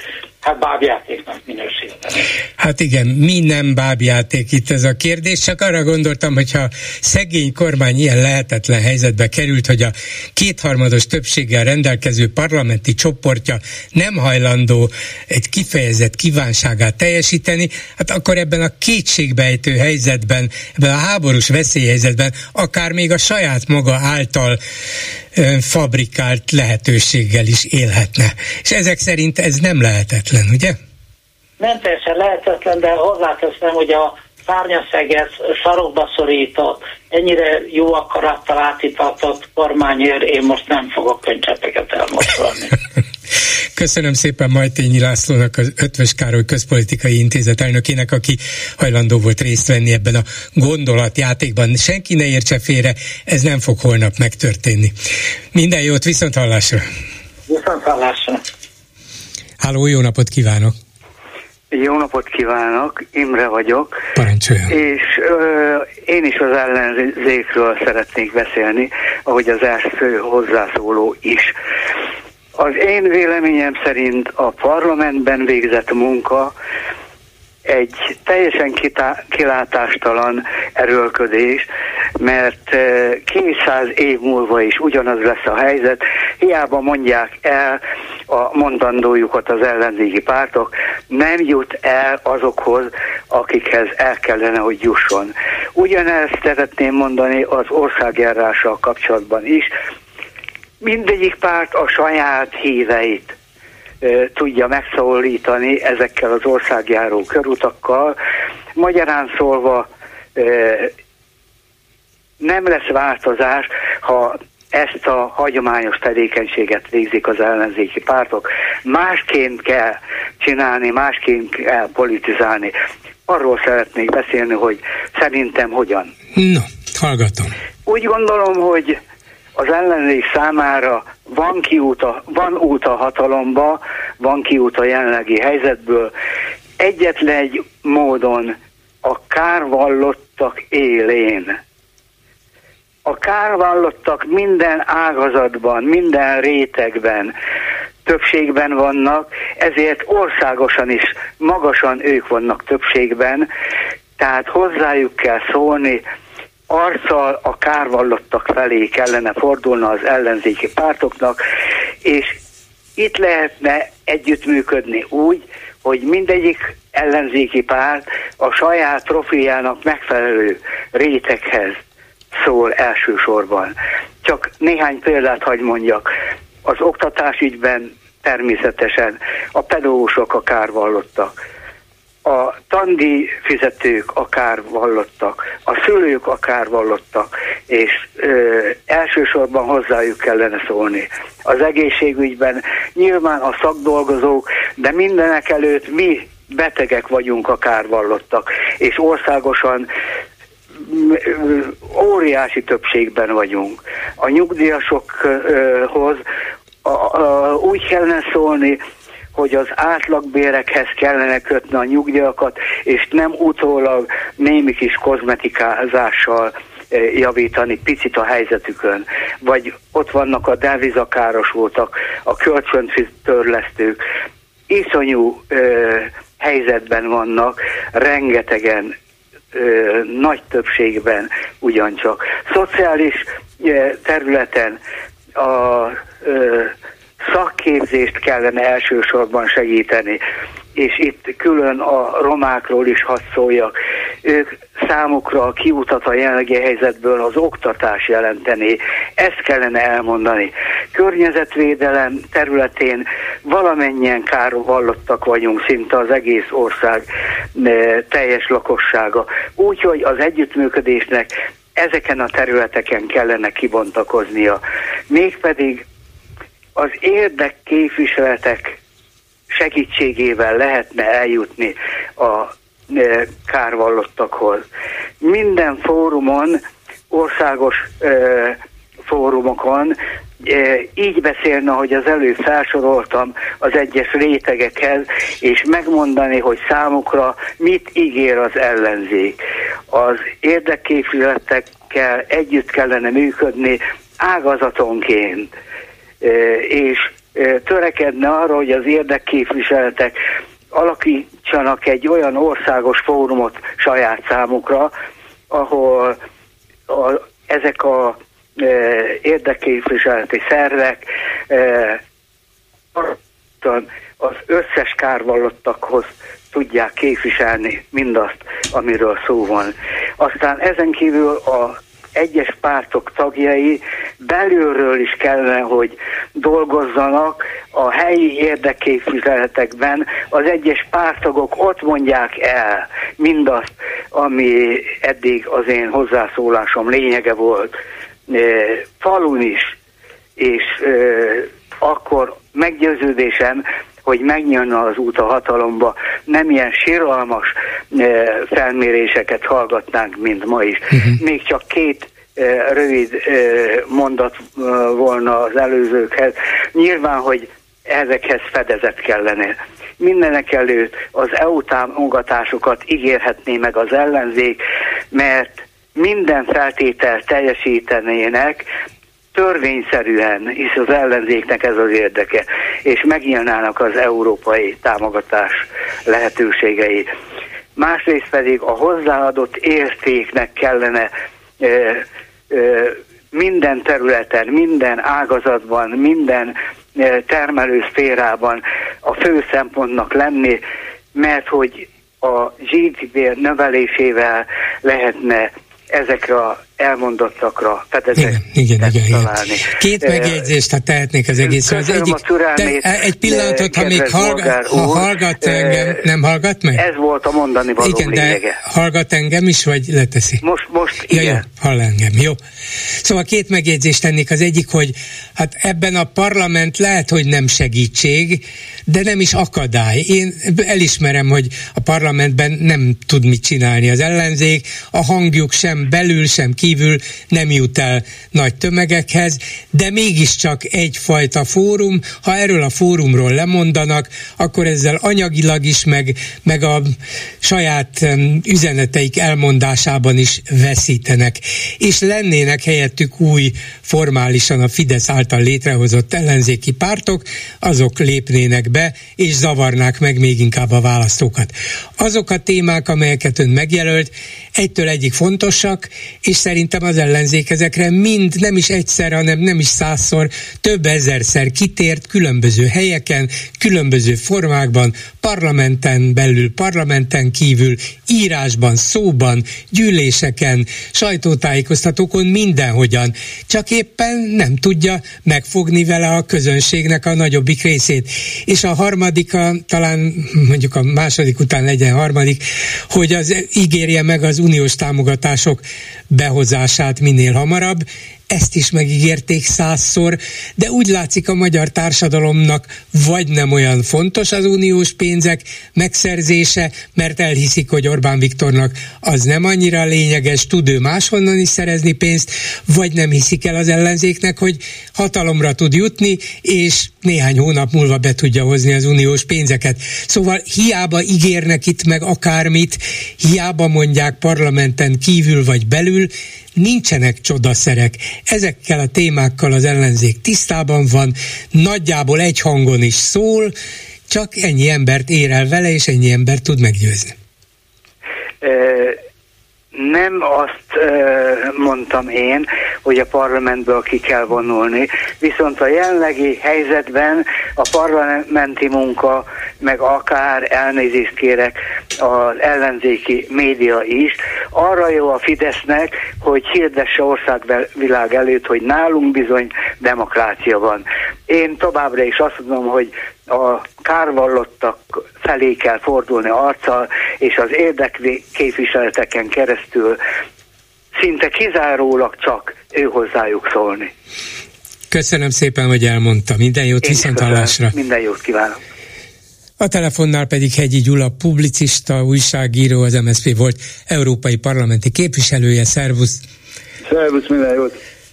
hát bábjátéknak minősíteni. Hát igen, mi nem bábjáték itt ez a kérdés, csak arra gondoltam, hogyha szegény kormány ilyen lehetetlen helyzetbe került, hogy a kétharmados többséggel rendelkező parlamenti csoportja nem hajlandó egy kifejezett kívánságát teljesíteni, hát akkor ebben a kétségbejtő helyzetben, ebben a háborús veszélyhelyzetben akár még a saját maga által fabrikált lehetőséggel is élhetne. És ezek szerint ez nem lehetetlen, ugye? Nem teljesen lehetetlen, de hozzáteszem, hogy a szárnyaszeget sarokba szorított, ennyire jó akarattal átitatott kormányőr, én most nem fogok könycseppeket elmosolni. Köszönöm szépen Majtényi Lászlónak, az Eötvös Károly Közpolitikai Intézet elnökének, aki hajlandó volt részt venni ebben a gondolatjátékban. Senki ne értse félre, ez nem fog holnap megtörténni. Minden jót, viszont hallásra! Viszont hallásra! Háló, jó napot kívánok! Jó napot kívánok, Imre vagyok. Parancsoljon. És ö, én is az ellenzékről szeretnék beszélni, ahogy az első hozzászóló is. Az én véleményem szerint a parlamentben végzett munka egy teljesen kitá- kilátástalan erőlködés, mert kétszáz év múlva is ugyanaz lesz a helyzet, hiába mondják el a mondandójukat az ellenzéki pártok, nem jut el azokhoz, akikhez el kellene, hogy jusson. Ugyanezt szeretném mondani az országjárással kapcsolatban is. Mindegyik párt a saját híveit e, tudja megszólítani ezekkel az országjáró körutakkal. Magyarán szólva e, nem lesz változás, ha ezt a hagyományos tevékenységet végzik az ellenzéki pártok. Másként kell csinálni, másként kell politizálni. Arról szeretnék beszélni, hogy szerintem hogyan. No, hallgatom. Úgy gondolom, hogy az ellenzék számára van kiút a, van út a hatalomba, van kiút a jelenlegi helyzetből. Egyetlen egy módon a kárvallottak élén. A kárvallottak minden ágazatban, minden rétegben többségben vannak, ezért országosan is magasan ők vannak többségben, tehát hozzájuk kell szólni, arccal a kárvallottak felé kellene fordulna az ellenzéki pártoknak, és itt lehetne együttműködni úgy, hogy mindegyik ellenzéki párt a saját profiljának megfelelő réteghez szól elsősorban. Csak néhány példát hagy mondjak. Az oktatásügyben természetesen a pedagógusok a kárvallottak, a tandíj fizetők akár vallottak, a szülők akár vallottak, és ö, elsősorban hozzájuk kellene szólni. Az egészségügyben nyilván a szakdolgozók, de mindenek előtt mi betegek vagyunk akár vallottak, és országosan óriási többségben vagyunk. A nyugdíjasokhoz a, a, úgy kellene szólni, hogy az átlagbérekhez kellene kötni a nyugdíjakat, és nem utólag némi kis kozmetikázással javítani picit a helyzetükön. Vagy ott vannak a devizakárosultak, a kölcsöntörlesztők, iszonyú ö, helyzetben vannak, rengetegen, ö, nagy többségben ugyancsak. Szociális ö, területen a ö, szakképzést kellene elsősorban segíteni, és itt külön a romákról is hadd szóljak. Ők számukra a kiutat a jelenlegi helyzetből az oktatás jelenteni. Ezt kellene elmondani. Környezetvédelem területén valamennyien kárvallottak vagyunk, szinte az egész ország teljes lakossága. Úgyhogy az együttműködésnek ezeken a területeken kellene kibontakoznia. Mégpedig az érdekképviseletek segítségével lehetne eljutni a e, kárvallottakhoz. Minden fórumon, országos e, fórumokon e, így beszélne, hogy az előbb felsoroltam az egyes rétegekhez, és megmondani, hogy számukra mit ígér az ellenzék. Az érdekképviseletekkel együtt kellene működni ágazatonként, és törekedne arra, hogy az érdekképviseletek alakítsanak egy olyan országos fórumot saját számukra, ahol a, ezek a e, érdekképviseleti szervek e, az összes kárvallottakhoz tudják képviselni mindazt, amiről szó van. Aztán ezen kívül a egyes pártok tagjai belülről is kellene, hogy dolgozzanak a helyi érdekképviseletekben. Az egyes pártagok ott mondják el mindazt, ami eddig az én hozzászólásom lényege volt. E, falun is, és e, akkor meggyőződésem, hogy megnyilna az út a hatalomba, nem ilyen siralmas e, felméréseket hallgatnánk, mint ma is. Uh-huh. Még csak két e, rövid e, mondat e, volna az előzőkhez. Nyilván, hogy ezekhez fedezet kellene. Mindenek előtt az é u támogatásokat ígérhetné meg az ellenzék, mert minden feltételt teljesítenének, törvényszerűen, hisz az ellenzéknek ez az érdeke, és megnyílnának az európai támogatás lehetőségei. Másrészt pedig a hozzáadott értéknek kellene ö, ö, minden területen, minden ágazatban, minden ö, termelő szférában a fő szempontnak lenni, mert hogy a gé dé pé növelésével lehetne ezekre a elmondottakra fedezetet találni. Igen. Két megjegyzést, ha tehetnék az egész. Az egyik, te, egy pillanatot, ha még hallgat, ha hallgat engem, nem hallgat meg? Ez volt a mondani való igen, lényege. De hallgat engem is, vagy leteszi? Most, most ja, igen. Jó, hall engem, jó. Szóval két megjegyzést tennék. Az egyik, hogy hát ebben a parlament lehet, hogy nem segítség, de nem is akadály. Én elismerem, hogy a parlamentben nem tud mit csinálni az ellenzék, a hangjuk sem belül, sem kívül nem jut el nagy tömegekhez, de mégiscsak egyfajta fórum, ha erről a fórumról lemondanak, akkor ezzel anyagilag is, meg, meg a saját üzeneteik elmondásában is veszítenek. És lennének helyettük új, formálisan a Fidesz által létrehozott ellenzéki pártok, azok lépnének be, és zavarnák meg még inkább a választókat. Azok a témák, amelyeket ön megjelölt, egytől egyik fontosak, és szerintem az ellenzék ezekre mind nem is egyszer, hanem nem is százszor, több ezerszer kitért különböző helyeken, különböző formákban, parlamenten belül, parlamenten kívül, írásban, szóban, gyűléseken, sajtótájékoztatókon, mindenhogyan. Csak éppen nem tudja megfogni vele a közönségnek a nagyobbik részét. És a harmadika, talán mondjuk a második után legyen harmadik, hogy az ígérje meg az uniós támogatások behozását minél hamarabb. Ezt is megígérték százszor, de úgy látszik a magyar társadalomnak vagy nem olyan fontos az uniós pénzek megszerzése, mert elhiszik, hogy Orbán Viktornak az nem annyira lényeges, tud ő máshonnan is szerezni pénzt, vagy nem hiszik el az ellenzéknek, hogy hatalomra tud jutni, és néhány hónap múlva be tudja hozni az uniós pénzeket. Szóval hiába ígérnek itt meg akármit, hiába mondják parlamenten kívül vagy belül, nincsenek csodaszerek. Ezekkel a témákkal az ellenzék tisztában van, nagyjából egy hangon is szól, csak ennyi embert ér el vele, és ennyi embert tud meggyőzni. Nem azt mondtam én, hogy a parlamentből ki kell vonulni, viszont a jelenlegi helyzetben a parlamenti munka, meg akár elnézést kérek az ellenzéki média is, arra jó a Fidesznek, hogy hirdesse országvilág előtt, hogy nálunk bizony demokrácia van. Én továbbra is azt mondom, hogy a kárvallottak felé kell fordulni arccal, és az érdekképviseleteken keresztül szinte kizárólag csak ő hozzájuk szólni. Köszönöm szépen, hogy elmondta. Minden jót, viszonthallásra. Minden jót kívánok. A telefonnál pedig Hegyi Gyula, publicista, újságíró, az em es zé pé volt európai parlamenti képviselője. Szervusz! Szervusz, minden jót!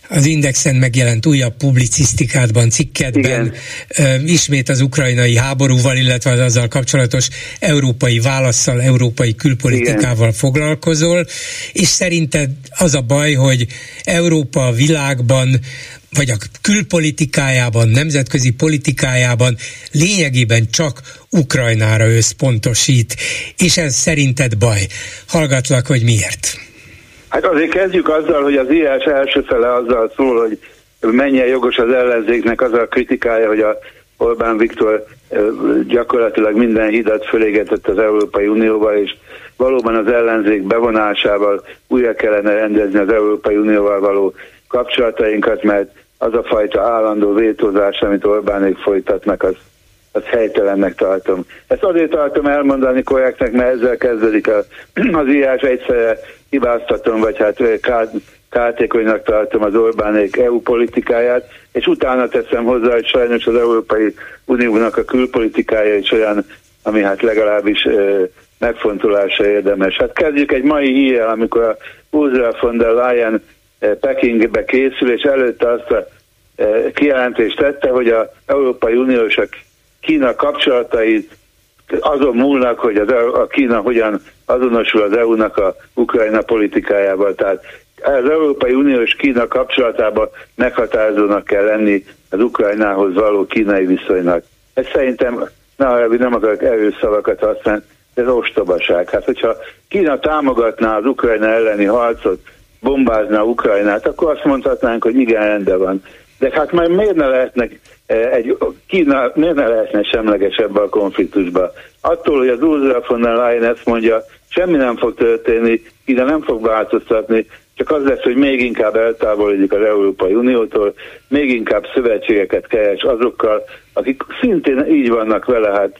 az Indexen megjelent újabb publicisztikádban, cikketben Igen. ismét az ukrajnai háborúval, illetve az azzal kapcsolatos európai válasszal, európai külpolitikával Igen. foglalkozol, és szerinted az a baj, hogy Európa a világban, vagy a külpolitikájában, nemzetközi politikájában lényegében csak Ukrajnára összpontosít, és ez szerinted baj. Hallgatlak, hogy miért? Hát azért kezdjük azzal, hogy az írás első fele azzal szól, hogy mennyire jogos az ellenzéknek az a kritikája, hogy a Orbán Viktor gyakorlatilag minden hidat fölégetett az Európai Unióval, és valóban az ellenzék bevonásával újra kellene rendezni az Európai Unióval való kapcsolatainkat, mert az a fajta állandó vétózás, amit Orbánék folytatnak, az, az helytelennek tartom. Ezt azért tartom elmondani korrektnek, mert ezzel kezdődik a, az írás, egyszerre hibáztatom, vagy hát kártékonynak tartom az Orbánék é u politikáját, és utána teszem hozzá, hogy sajnos az Európai Uniónak a külpolitikája is olyan, ami hát legalábbis ö, megfontolásra érdemes. Hát kezdjük egy mai hírrel, amikor a Ursula von der Leyen Pekingbe készül, és előtte azt a kijelentést tette, hogy az Európai Unió és a Kína kapcsolatai azon múlnak, hogy az, a Kína hogyan azonosul az é u-nak a Ukrajna politikájával. Tehát az Európai Unió és Kína kapcsolatában meghatározónak kell lenni az Ukrajnához való kínai viszonynak. Ez szerintem, na, nem akarok erős szavakat használni, ez ostobaság. Hát, hogyha Kína támogatná az Ukrajna elleni harcot, bombázna Ukrajnát, akkor azt mondhatnánk, hogy igen, rendben van. De hát már miért ne lehetne egy Kína, miért ne lehetne semlegesebb a konfliktusba? Attól, hogy az Ursula von der Leyen ezt mondja, semmi nem fog történni, Kína nem fog változtatni, csak az lesz, hogy még inkább eltávolodik az Európai Uniótól, még inkább szövetségeket keres azokkal, akik szintén így vannak vele, hát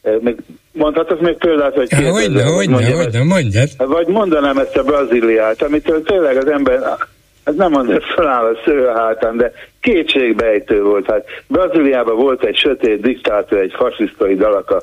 mondhatok még példát, vagy kérdezem? Hogyne, hogyne, hogyne, mondjad. Vagy mondanám ezt a Brazíliát, amitől tényleg az ember, ez nem mondja, feláll a sző a hátán, de kétségbejtő volt. Hát Brazíliában volt egy sötét diktátor, egy fasisztai Dalaka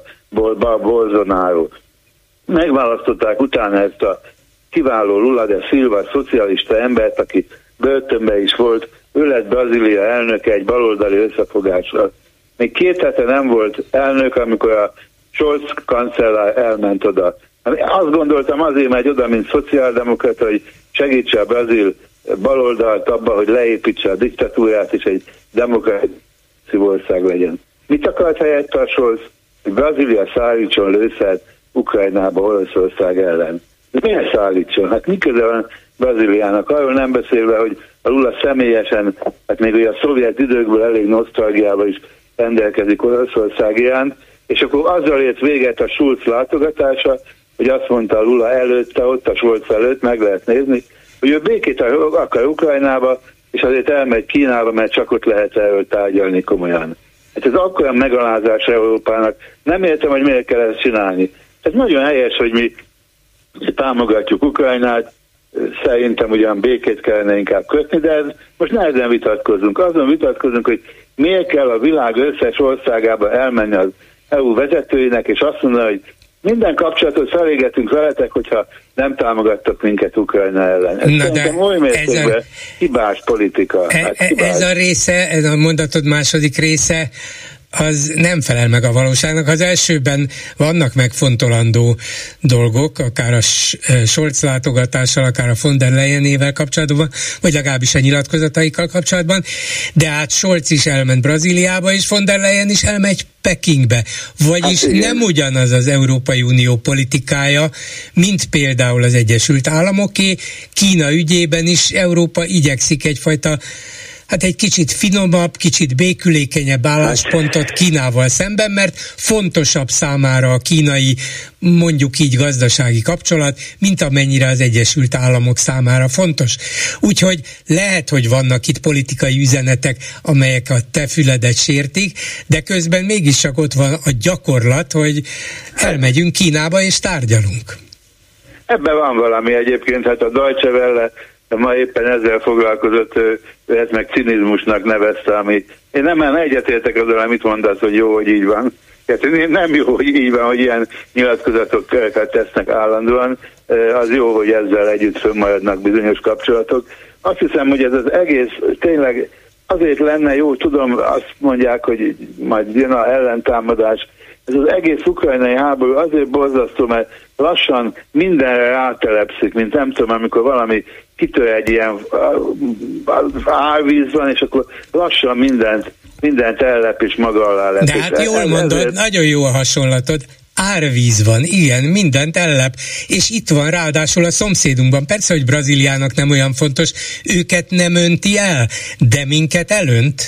Bolsonaro. Megválasztották utána ezt a kiváló Lula de Silva szocialista embert, aki börtönben is volt, ő lett Brazília elnöke egy baloldali összefogásra. Még két hete nem volt elnök, amikor a Scholz kancellár elment oda. Azt gondoltam, azért megy oda, mint szociáldemokrata, hogy segítse a brazil baloldalt abba, hogy leépítse a diktatúrát, és egy demokrációs ország legyen. Mit akart helyette a Scholz? Hogy Brazília szállítson lőszert Ukrajnába, Oroszország ellen. De miért szállítson? Hát mi köze van Brazíliának? Arról nem beszélve, hogy a Lula személyesen, hát még ugye a szovjet időkből elég nosztalgiával is rendelkezik Oroszország iránt, és akkor azzal ért véget a Schulz látogatása, hogy azt mondta a Lula előtte, ott a Scholz előtt, meg lehet nézni, hogy ő békét akar Ukrajnába, és azért elmegy Kínába, mert csak ott lehet erről tárgyalni komolyan. Hát ez akkora megalázás Európának. Nem értem, hogy miért kell ezt csinálni. Ez nagyon helyes, hogy mi támogatjuk Ukrajnát, szerintem ugyan békét kellene inkább kötni, de ez most nehezen vitatkozunk. Azon vitatkozunk, hogy miért kell a világ összes országába elmenni az é u vezetőinek, és azt mondani, hogy minden kapcsolatot felégetünk veletek, hogyha nem támogattok minket Ukrajna ellen. Ez Na szerintem oly mértékben a... hibás politika. E, hát hibás. Ez a része, ez a mondatod második része, az nem felel meg a valóságnak. Az elsőben vannak megfontolandó dolgok, akár a Scholz látogatással, akár a von der Leyenével kapcsolatban, vagy legalábbis a nyilatkozataikkal kapcsolatban, de hát Scholz is elment Brazíliába, és von der Leyen is elmegy Pekingbe. Vagyis hát nem ugyanaz az Európai Unió politikája, mint például az Egyesült Államoké. Kína ügyében is Európa igyekszik egyfajta, hát egy kicsit finomabb, kicsit békülékenyebb álláspontot Kínával szemben, mert fontosabb számára a kínai, mondjuk így gazdasági kapcsolat, mint amennyire az Egyesült Államok számára fontos. Úgyhogy lehet, hogy vannak itt politikai üzenetek, amelyek a te füledet sértik, de közben mégis csak ott van a gyakorlat, hogy elmegyünk Kínába és tárgyalunk. Ebben van valami egyébként, hát a Deutsche Welle ma éppen ezzel foglalkozott, ezt meg cinizmusnak nevezte, ami én nem, nem egyetértek azzal, amit mondasz, hogy jó, hogy így van. Tehát nem jó, hogy így van, hogy ilyen nyilatkozatokat tesznek állandóan, az jó, hogy ezzel együtt fönnmaradnak bizonyos kapcsolatok. azt hiszem, hogy ez az egész tényleg azért lenne jó, tudom, azt mondják, hogy majd jön a ellentámadás. Ez az egész ukrajnai háború azért borzasztó, mert lassan mindenre rátelepszik, mint nem tudom, amikor valami kitör egy ilyen árvíz van, és akkor lassan mindent, mindent ellep és maga alá lep. De hát jól mondod, ezért... nagyon jó a hasonlatod. Árvíz van, igen, mindent ellep, és itt van ráadásul a szomszédunkban. Persze, hogy Brazíliának nem olyan fontos, őket nem önti el, de minket elönt.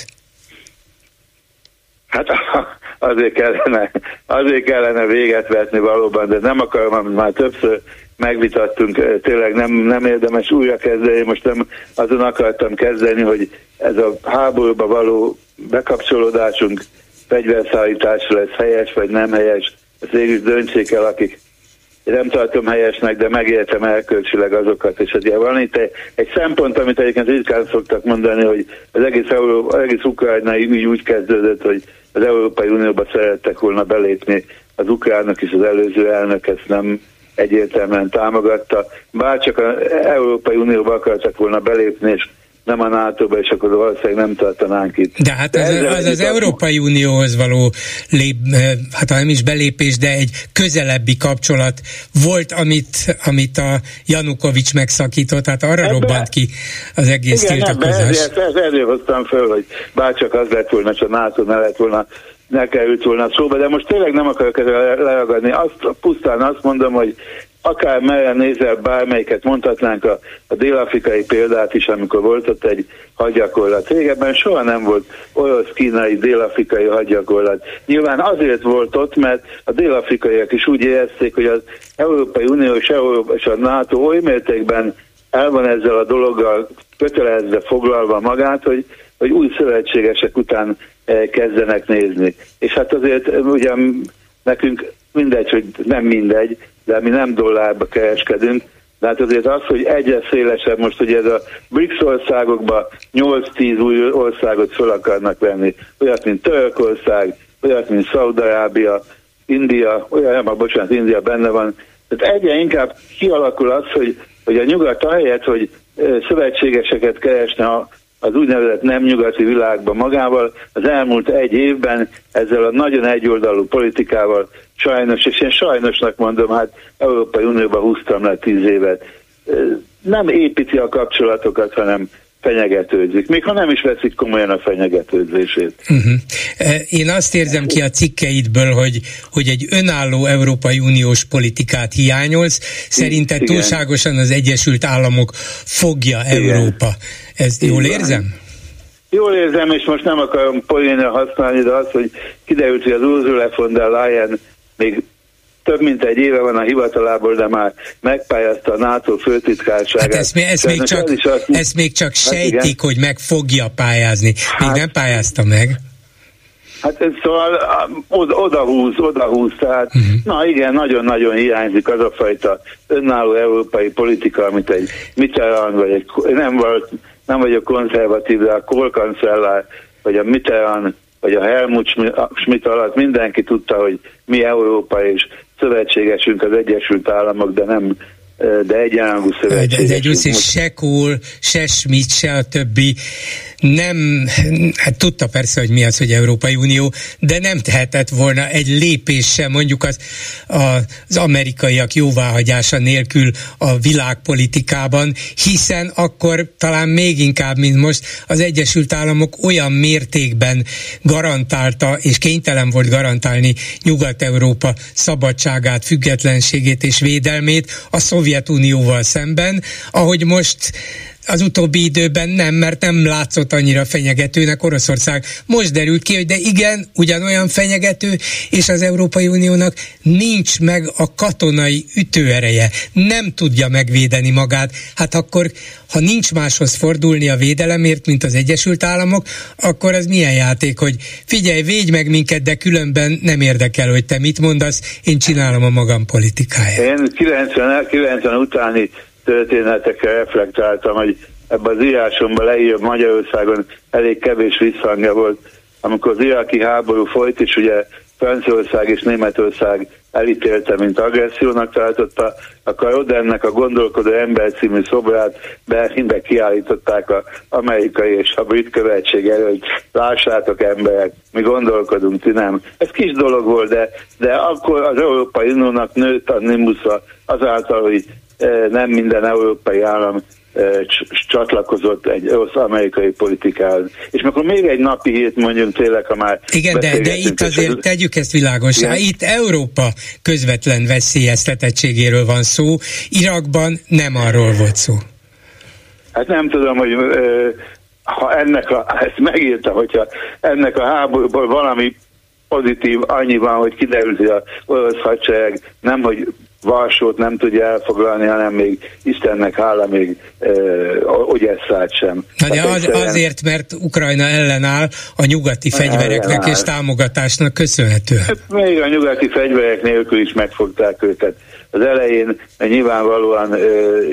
Hát azért kellene, azért kellene véget vetni valóban, de nem akarom, amit már többször megvitattunk, tényleg nem, nem érdemes újra kezdeni, most nem azon akartam kezdeni, hogy ez a háborúba való bekapcsolódásunk fegyverszállításra lesz helyes, vagy nem helyes, ezt végül döntsék el, akik nem tartom helyesnek, de megértem erkölcsileg azokat, és ugye van itt egy, egy szempont, amit egyébként ritkán szoktak mondani, hogy az egész, Euró, az egész ukrajnai ügy úgy kezdődött, hogy az Európai Unióba szerettek volna belépni az ukránok, és az előző elnök ezt nem egyértelműen támogatta. Bárcsak az Európai Unióba akartak volna belépni, és nem a nátóba, és akkor valószínűleg nem tartanánk itt. De hát az az, az Európai Unióhoz való lép, hát nem is belépés, de egy közelebbi kapcsolat volt, amit, amit a Janukovics megszakított, hát arra ebbe, robbant ki az egész igen, tiltakozás. Ezért, ezért hoztam föl, hogy bárcsak az lett volna, csak a NATO ne lett volna, ne került volna szóba, de most tényleg nem akarok ezzel leragadni. Azt, pusztán azt mondom, hogy akár merre nézel, bármelyiket mondhatnánk a, a dél-afrikai példát is, amikor volt ott egy hadgyakorlat. Régebben soha nem volt orosz-kínai dél-afrikai hadgyakorlat. Nyilván azért volt ott, mert a dél-afrikaiak is úgy érezték, hogy az Európai Unió és, Európa, és a NATO oly mértékben el van ezzel a dologgal kötelezve foglalva magát, hogy, hogy új szövetségesek után kezdenek nézni. És hát azért ugyan nekünk mindegy, hogy nem mindegy, de mi nem dollárba kereskedünk, de hát azért az, hogy egyre szélesebb most, hogy ez a BRICS országokban nyolc-tíz új országot föl akarnak venni, olyat, mint Törökország, olyat, mint Szaúd-Arábia, India, olyan, nem, bocsánat, India benne van. Tehát egyre inkább kialakul az, hogy, hogy a nyugat ahelyett, hogy szövetségeseket keresne a az úgynevezett nem nyugati világban magával, az elmúlt egy évben ezzel a nagyon egyoldalú politikával sajnos, és én sajnosnak mondom, hát Európai Unióban húztam le tíz évet, nem építi a kapcsolatokat, hanem fenyegetőzik, még ha nem is veszik komolyan a fenyegetőzését. Uh-huh. Én azt érzem ki a cikkeidből, hogy, hogy egy önálló Európai Uniós politikát hiányolsz, szerinted igen. Túlságosan az Egyesült Államok fogja igen. Európa. Ezt jól igen. érzem? Jól érzem, és most nem akarom poénra használni, de az, hogy kiderült, hogy az Ursula von der Leyen még több mint egy éve van a hivatalából, de már megpályázta a NATO főtitkárságát. Hát ezt, ezt, még, csak, azt, ezt még csak sejtik, hát hogy meg fogja pályázni. Még hát, nem pályázta meg. Hát ez szóval oda húz, oda húz, tehát uh-huh. na igen, nagyon-nagyon hiányzik az a fajta önálló európai politika, amit egy Mitterrand, vagy egy, nem, volt, nem vagyok konzervatív, de a Kohl kancellár, vagy a Mitterrand, vagy a Helmut Schmidt alatt mindenki tudta, hogy mi Európa és szövetségesünk az Egyesült Államok, de nem de egyenrangú szövetségesünk. De se Kohl, se Schmidt, se a többi nem, hát tudta persze, hogy mi az, hogy Európai Unió, de nem tehetett volna egy lépés sem, mondjuk az, az amerikaiak jóváhagyása nélkül a világpolitikában, hiszen akkor talán még inkább, mint most, az Egyesült Államok olyan mértékben garantálta, és kénytelen volt garantálni Nyugat-Európa szabadságát, függetlenségét és védelmét a Szovjetunióval szemben, ahogy most az utóbbi időben nem, mert nem látszott annyira fenyegetőnek Oroszország. Most derült ki, hogy de igen, ugyanolyan fenyegető, és az Európai Uniónak nincs meg a katonai ütőereje. Nem tudja megvédeni magát. Hát akkor, ha nincs máshoz fordulni a védelemért, mint az Egyesült Államok, akkor az milyen játék, hogy figyelj, védj meg minket, de különben nem érdekel, hogy te mit mondasz, én csinálom a magam politikáját. Én kilencven, kilencven utáni történetekre reflektáltam, hogy ebben az írásomban leírom, Magyarországon elég kevés visszhangja volt, amikor az iraki háború folyt, és ugye Franciaország és Németország elítélte, mint agressziónak tartotta, akkor Rodinnek a Gondolkodó ember című szobrát Berlinbe kiállították az amerikai és a brit követség előtt. Lássátok emberek, mi gondolkodunk, ti nem. Ez kis dolog volt, de, de akkor az Európai Uniónak nőtt a nimbusza azáltal, hogy nem minden európai állam csatlakozott egy rossz amerikai politikához. És akkor még egy napi hírt mondjunk tényleg, ha már igen, de, de itt azért az... tegyük ezt világossá. Igen. Itt Európa közvetlen veszélyeztetettségéről van szó, Irakban nem arról volt szó. Hát nem tudom, hogy ha ennek a, ezt megírta, hogyha ennek a háborúból valami pozitív annyi van, hogy kiderült, hogy a orosz hadsereg nem, hogy Varsót nem tudja elfoglalni, hanem még Istennek hála még e, Ogyesszát sem. Na de az, azért, mert Ukrajna ellenáll a nyugati fegyvereknek ellenáll. És támogatásnak köszönhetően. Még a nyugati fegyverek nélkül is megfogták őket. Az elején nyilvánvalóan e,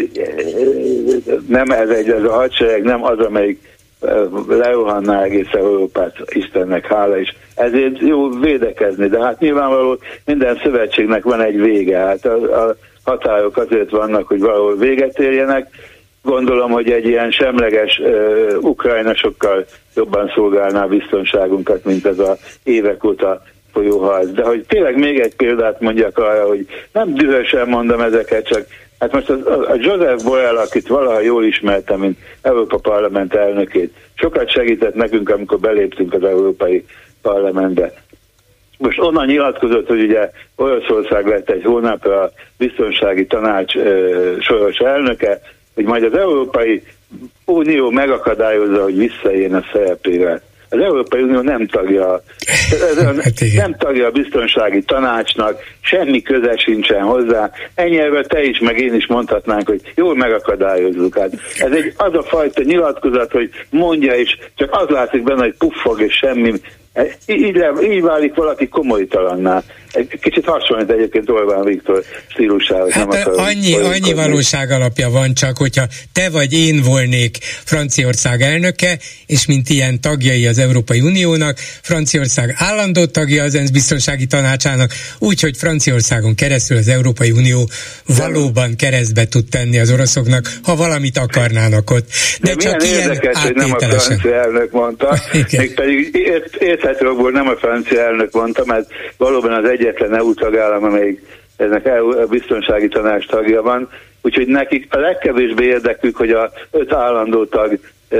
nem ez, egy, ez a hadsereg nem az, amelyik lerohanná egész Európát, Istennek hála is. Ezért jó védekezni, de hát nyilvánvaló minden szövetségnek van egy vége. Hát a, a határok azért vannak, hogy valahol véget érjenek. Gondolom, hogy egy ilyen semleges uh, Ukrajna sokkal jobban szolgálná a biztonságunkat, mint ez a évek óta folyó harc. De hogy tényleg még egy példát mondjak arra, hogy nem dühösen mondom ezeket, csak hát most az, a Joseph Borrell, akit valaha jól ismertem, mint Európa Parlament elnökét, sokat segített nekünk, amikor beléptünk az Európai Parlamentbe. Most onnan nyilatkozott, hogy ugye Oroszország lett egy hónapra a Biztonsági Tanács ö, soros elnöke, hogy majd az Európai Unió megakadályozza, hogy visszaéljen a szerepével. Az Európai Unió nem tagja, nem tagja a Biztonsági Tanácsnak, semmi köze sincsen hozzá. Ennyire te is, meg én is mondhatnánk, hogy jól megakadályozzuk. Hát ez egy az a fajta nyilatkozat, hogy mondja is, csak az látszik benne, hogy puffog és semmi. Így, így válik valaki komolytalanná. Egy kicsit hasonlít egyébként Orbán Viktor stílusához. Hát annyi, annyi valóság alapja van csak, hogyha te vagy én volnék Franciaország elnöke, és mint ilyen tagjai az Európai Uniónak, Franciaország állandó tagja az ENSZ Biztonsági Tanácsának, úgyhogy Franciaországon keresztül az Európai Unió valóban keresztbe tud tenni az oroszoknak, ha valamit akarnának ott. De, De csak ilyen érdekes, hogy nem a francia elnök mondta, mégpedig ért, érthetőbb nem a francia elnök mondta, mert valóban az egyetlen é u tagállam, amelyik ennek é u biztonsági tanács tagja van, úgyhogy nekik a legkevésbé érdekük, hogy a öt állandó tag,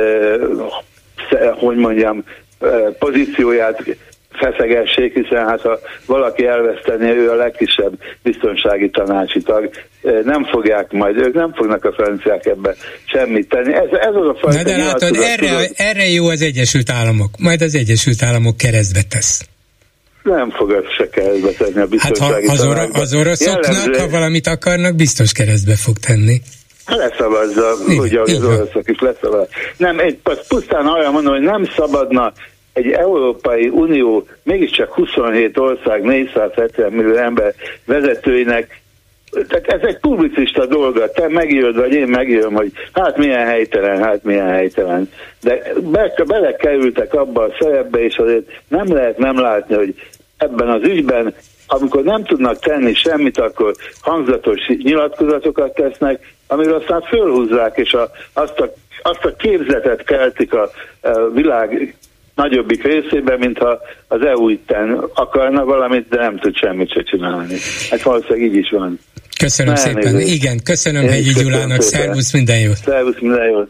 eh, hogy mondjam, eh, pozícióját feszegessék, hiszen hát ha valaki elveszteni, ő a legkisebb biztonsági tanácsi tag, nem fogják majd, ők nem fognak a franciák ebbe semmit tenni. Ez, ez az a fajta... Na de látod, erre, erre jó az Egyesült Államok, majd az Egyesült Államok keresztbe tesz. Nem fog ez se keresztbe tenni a biztonsági hát ha az, or- az oroszoknak, jellemző... ha valamit akarnak, biztos keresztbe fog tenni. Leszavazza, ugye az oroszok is leszavazza. Nem, egy, pusztán arra mondom, hogy nem szabadna egy Európai Unió, mégiscsak huszonhét ország, négyszázhetven millió ember vezetőinek, tehát ez egy publicista dolga, te megírod, vagy én megírom, hogy hát milyen helytelen, hát milyen helytelen. De be, belekerültek abba a szerepbe, és azért nem lehet nem látni, hogy ebben az ügyben, amikor nem tudnak tenni semmit, akkor hangzatos nyilatkozatokat tesznek, amiről aztán fölhúzzák, és a, azt, a, azt a képzetet keltik a, a világ nagyobbik részében, mintha az é u itten akarna valamit, de nem tud semmit se csinálni. Hát valószínűleg így is van. Köszönöm szépen. Elnézést. Igen, köszönöm Hegyi Gyulának. Szervusz, minden jót. Szervusz, minden jót.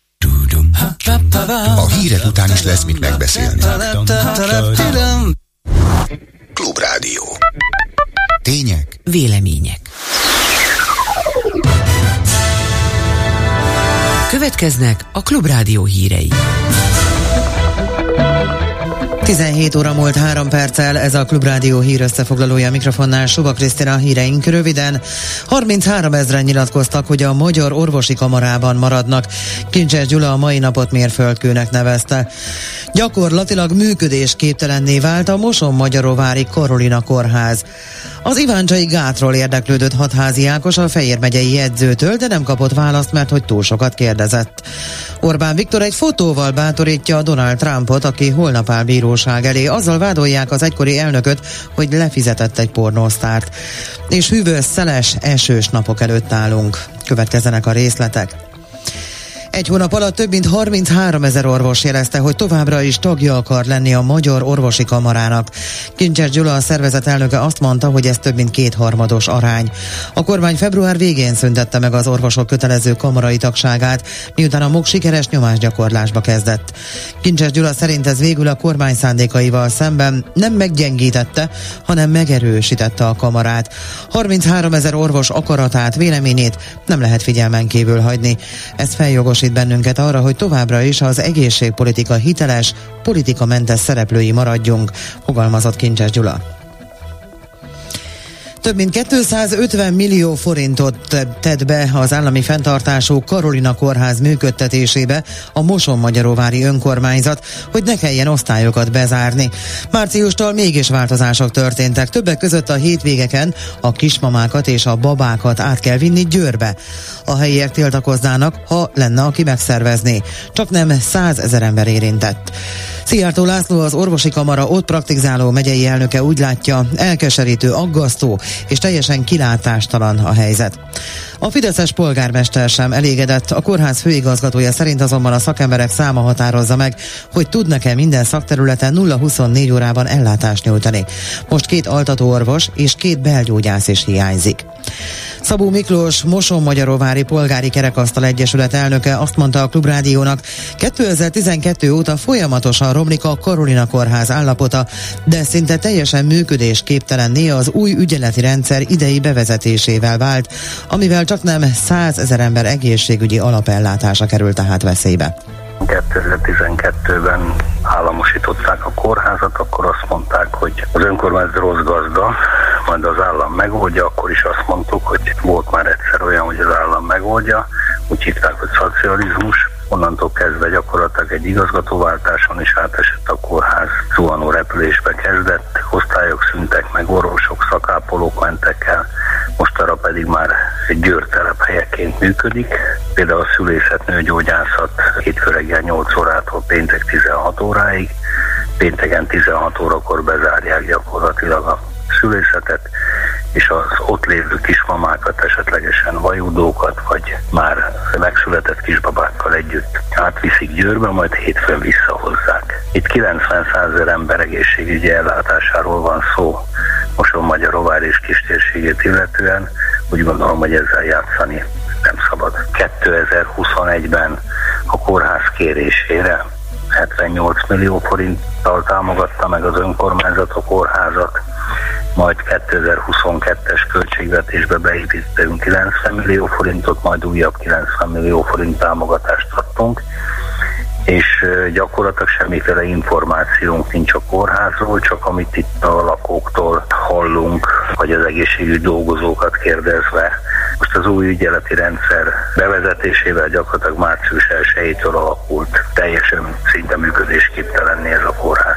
A hírek után is lesz mit megbeszélni. Klubrádió. Tények. Vélemények. Következnek a Klubrádió hírei. tizenhét óra múlt három perccel, ez a Klubrádió hír összefoglalója, mikrofonnál Suba Krisztina. Híreink röviden. harminchárom ezren nyilatkoztak, hogy a Magyar Orvosi Kamarában maradnak. Kincses Gyula a mai napot mérföldkőnek nevezte. Gyakorlatilag működésképtelenné vált a Moson-Magyaróvári Karolina kórház. Az iváncsai gátról érdeklődött Hatházi Ákos a Fejér megyei jegyzőtől, de nem kapott választ, mert hogy túl sokat kérdezett. Orbán Viktor egy fotóval bátorítja Donald Trumpot, aki holnap áll bíróság elé. Azzal vádolják az egykori elnököt, hogy lefizetett egy pornósztárt. És hűvös, szeles, esős napok előtt állunk. Következzenek a részletek. Egy hónap alatt több mint harminchárom ezer orvos jelezte, hogy továbbra is tagja akar lenni a Magyar Orvosi Kamarának. Kincses Gyula, a szervezet elnöke azt mondta, hogy ez több mint kétharmados arány. A kormány február végén szüntette meg az orvosok kötelező kamarai tagságát, miután a MOK sikeres nyomásgyakorlásba kezdett. Kincses Gyula szerint ez végül a kormány szándékaival szemben nem meggyengítette, hanem megerősítette a kamarát. harminchárom ezer orvos akaratát, véleményét nem lehet figyelmen kívül hagyni. Ez feljogos bennünket arra, hogy továbbra is az egészségpolitika hiteles, politikamentes szereplői maradjunk, fogalmazott Kincses Gyula. Több mint kétszázötven millió forintot tett be az állami fenntartású Karolina kórház működtetésébe a Mosonmagyaróvári önkormányzat, hogy ne kelljen osztályokat bezárni. Márciustól mégis változások történtek. Többek között a hétvégeken a kismamákat és a babákat át kell vinni Győrbe. A helyiek tiltakoznának, ha lenne, aki megszervezné. Csak nem százezer ember érintett. Szijjártó László, az orvosi kamara ott praktizáló megyei elnöke úgy látja, elkeserítő, aggasztó és teljesen kilátástalan a helyzet. A fideszes polgármester sem elégedett, a kórház főigazgatója szerint azonban a szakemberek száma határozza meg, hogy tudnak-e minden szakterületen nulla huszonnégy órában ellátást nyújtani. Most két altatóorvos és két belgyógyász is hiányzik. Szabó Miklós, Mosonmagyaróvári Polgári Kerekasztal Egyesület elnöke azt mondta a Klubrádiónak, kétezer-tizenkettő óta folyamatosan romlik a Karolina kórház állapota, de szinte teljesen működésképtelenné az új ügyeleti rendszer idei bevezetésével vált, amivel csak nem százezer ember egészségügyi alapellátása került tehát veszélybe. kétezer-tizenkettőben államosították a kórházat, akkor azt mondták, hogy az önkormányzat rossz gazda, majd az állam megoldja, akkor is azt mondtuk, hogy volt már egyszer olyan, hogy az állam megoldja, úgy hívták, hogy szocializmus. Onnantól kezdve gyakorlatilag egy igazgatóváltáson is átesett a kórház, zuhanó repülésbe kezdett, osztályok szűntek meg, orvosok, szakápolók mentek el, mostanra pedig már egy Győr telephelyeként működik. Például a szülészet, nőgyógyászat hétfő reggel nyolc órától péntek tizenhat óráig, pénteken tizenhat órakor bezárják gyakorlatilag a szülészetet, és az ott lévő kismamákat, esetlegesen vajúdókat, vagy már megszületett kisbabákkal együtt átviszik Győrbe, majd hétfőn visszahozzák. Itt kilencven-százezer ember egészségügyi ellátásáról van szó, Mosonmagyaróvár és kistérségét illetően, úgy gondolom, hogy ezzel játszani nem szabad. kétezer-huszonegyben a kórház kérésére hetvennyolc millió forinttal támogatta meg az önkormányzat a kórházat, majd kétezer-huszonkettes költségvetésbe beépítettünk kilencven millió forintot, majd újabb kilencven millió forint támogatást adtunk, és gyakorlatilag semmiféle információnk nincs a kórházról, csak amit itt a lakóktól hallunk, vagy az egészségügyi dolgozókat kérdezve. Most az új ügyeleti rendszer bevezetésével gyakorlatilag március elsejétől alakult teljesen szinte működésképtelenné ez a kórház.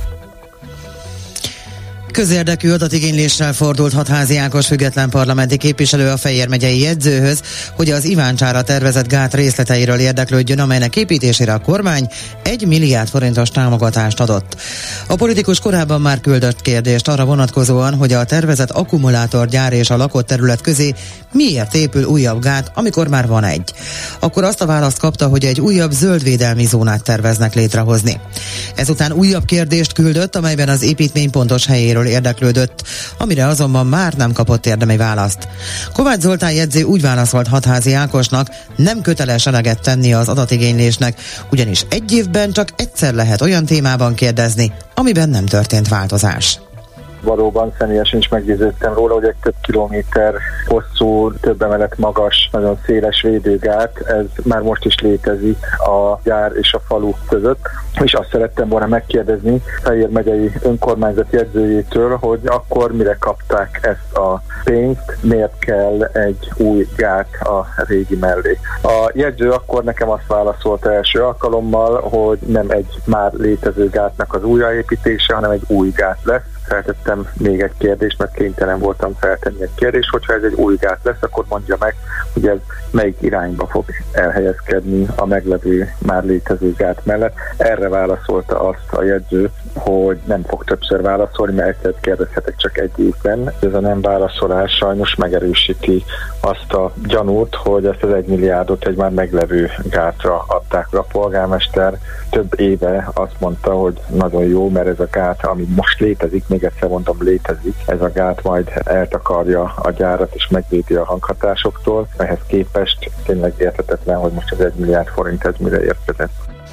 Közérdekű adatigényléssel fordult Hatházi Ákos független parlamenti képviselő a Fejér megyei jegyzőhöz, hogy az Iváncsára tervezett gát részleteiről érdeklődjön, amelynek építésére a kormány egy milliárd forintos támogatást adott. A politikus korábban már küldött kérdést arra vonatkozóan, hogy a tervezett akkumulátorgyár és a lakott terület közé miért épül újabb gát, amikor már van egy. Akkor azt a választ kapta, hogy egy újabb zöldvédelmi zónát terveznek létrehozni. Ezután újabb kérdést küldött, amelyben az építmény pontos helyéről érdeklődött, amire azonban már nem kapott érdemi választ. Kovács Zoltán jegyző úgy válaszolt Hatházi Ákosnak, nem köteles eleget tenni az adatigénylésnek, ugyanis egy évben csak egyszer lehet olyan témában kérdezni, amiben nem történt változás. Valóban személyesen is meggyőződtem róla, hogy egy több kilométer hosszú, több emelet magas, nagyon széles védőgát, ez már most is létezik a gyár és a falu között. És azt szerettem volna megkérdezni Fejér megyei önkormányzat jegyzőjétől, hogy akkor mire kapták ezt a pénzt, miért kell egy új gát a régi mellé. A jegyző akkor nekem azt válaszolta első alkalommal, hogy nem egy már létező gátnak az újraépítése, hanem egy új gát lesz. feltettem még egy kérdést, mert kénytelen voltam feltenni egy kérdést, hogyha ez egy új gát lesz, akkor mondja meg, hogy ez melyik irányba fog elhelyezkedni a meglevő, már létező gát mellett. Erre válaszolta azt a jegyző, hogy nem fog többször válaszolni, mert egyszer kérdezhetek csak egy évben. Ez a nem válaszolás sajnos megerősíti azt a gyanút, hogy ezt az egy milliárdot egy már meglevő gátra adták. A polgármester több éve azt mondta, hogy nagyon jó, mert ez a gát, ami most létezik, még egyszer mondom, létezik, ez a gát majd eltakarja a gyárat és megvédi a hanghatásoktól. Ehhez képest tényleg érthetetlen, hogy most az egy milliárd forint ez mire érkezett.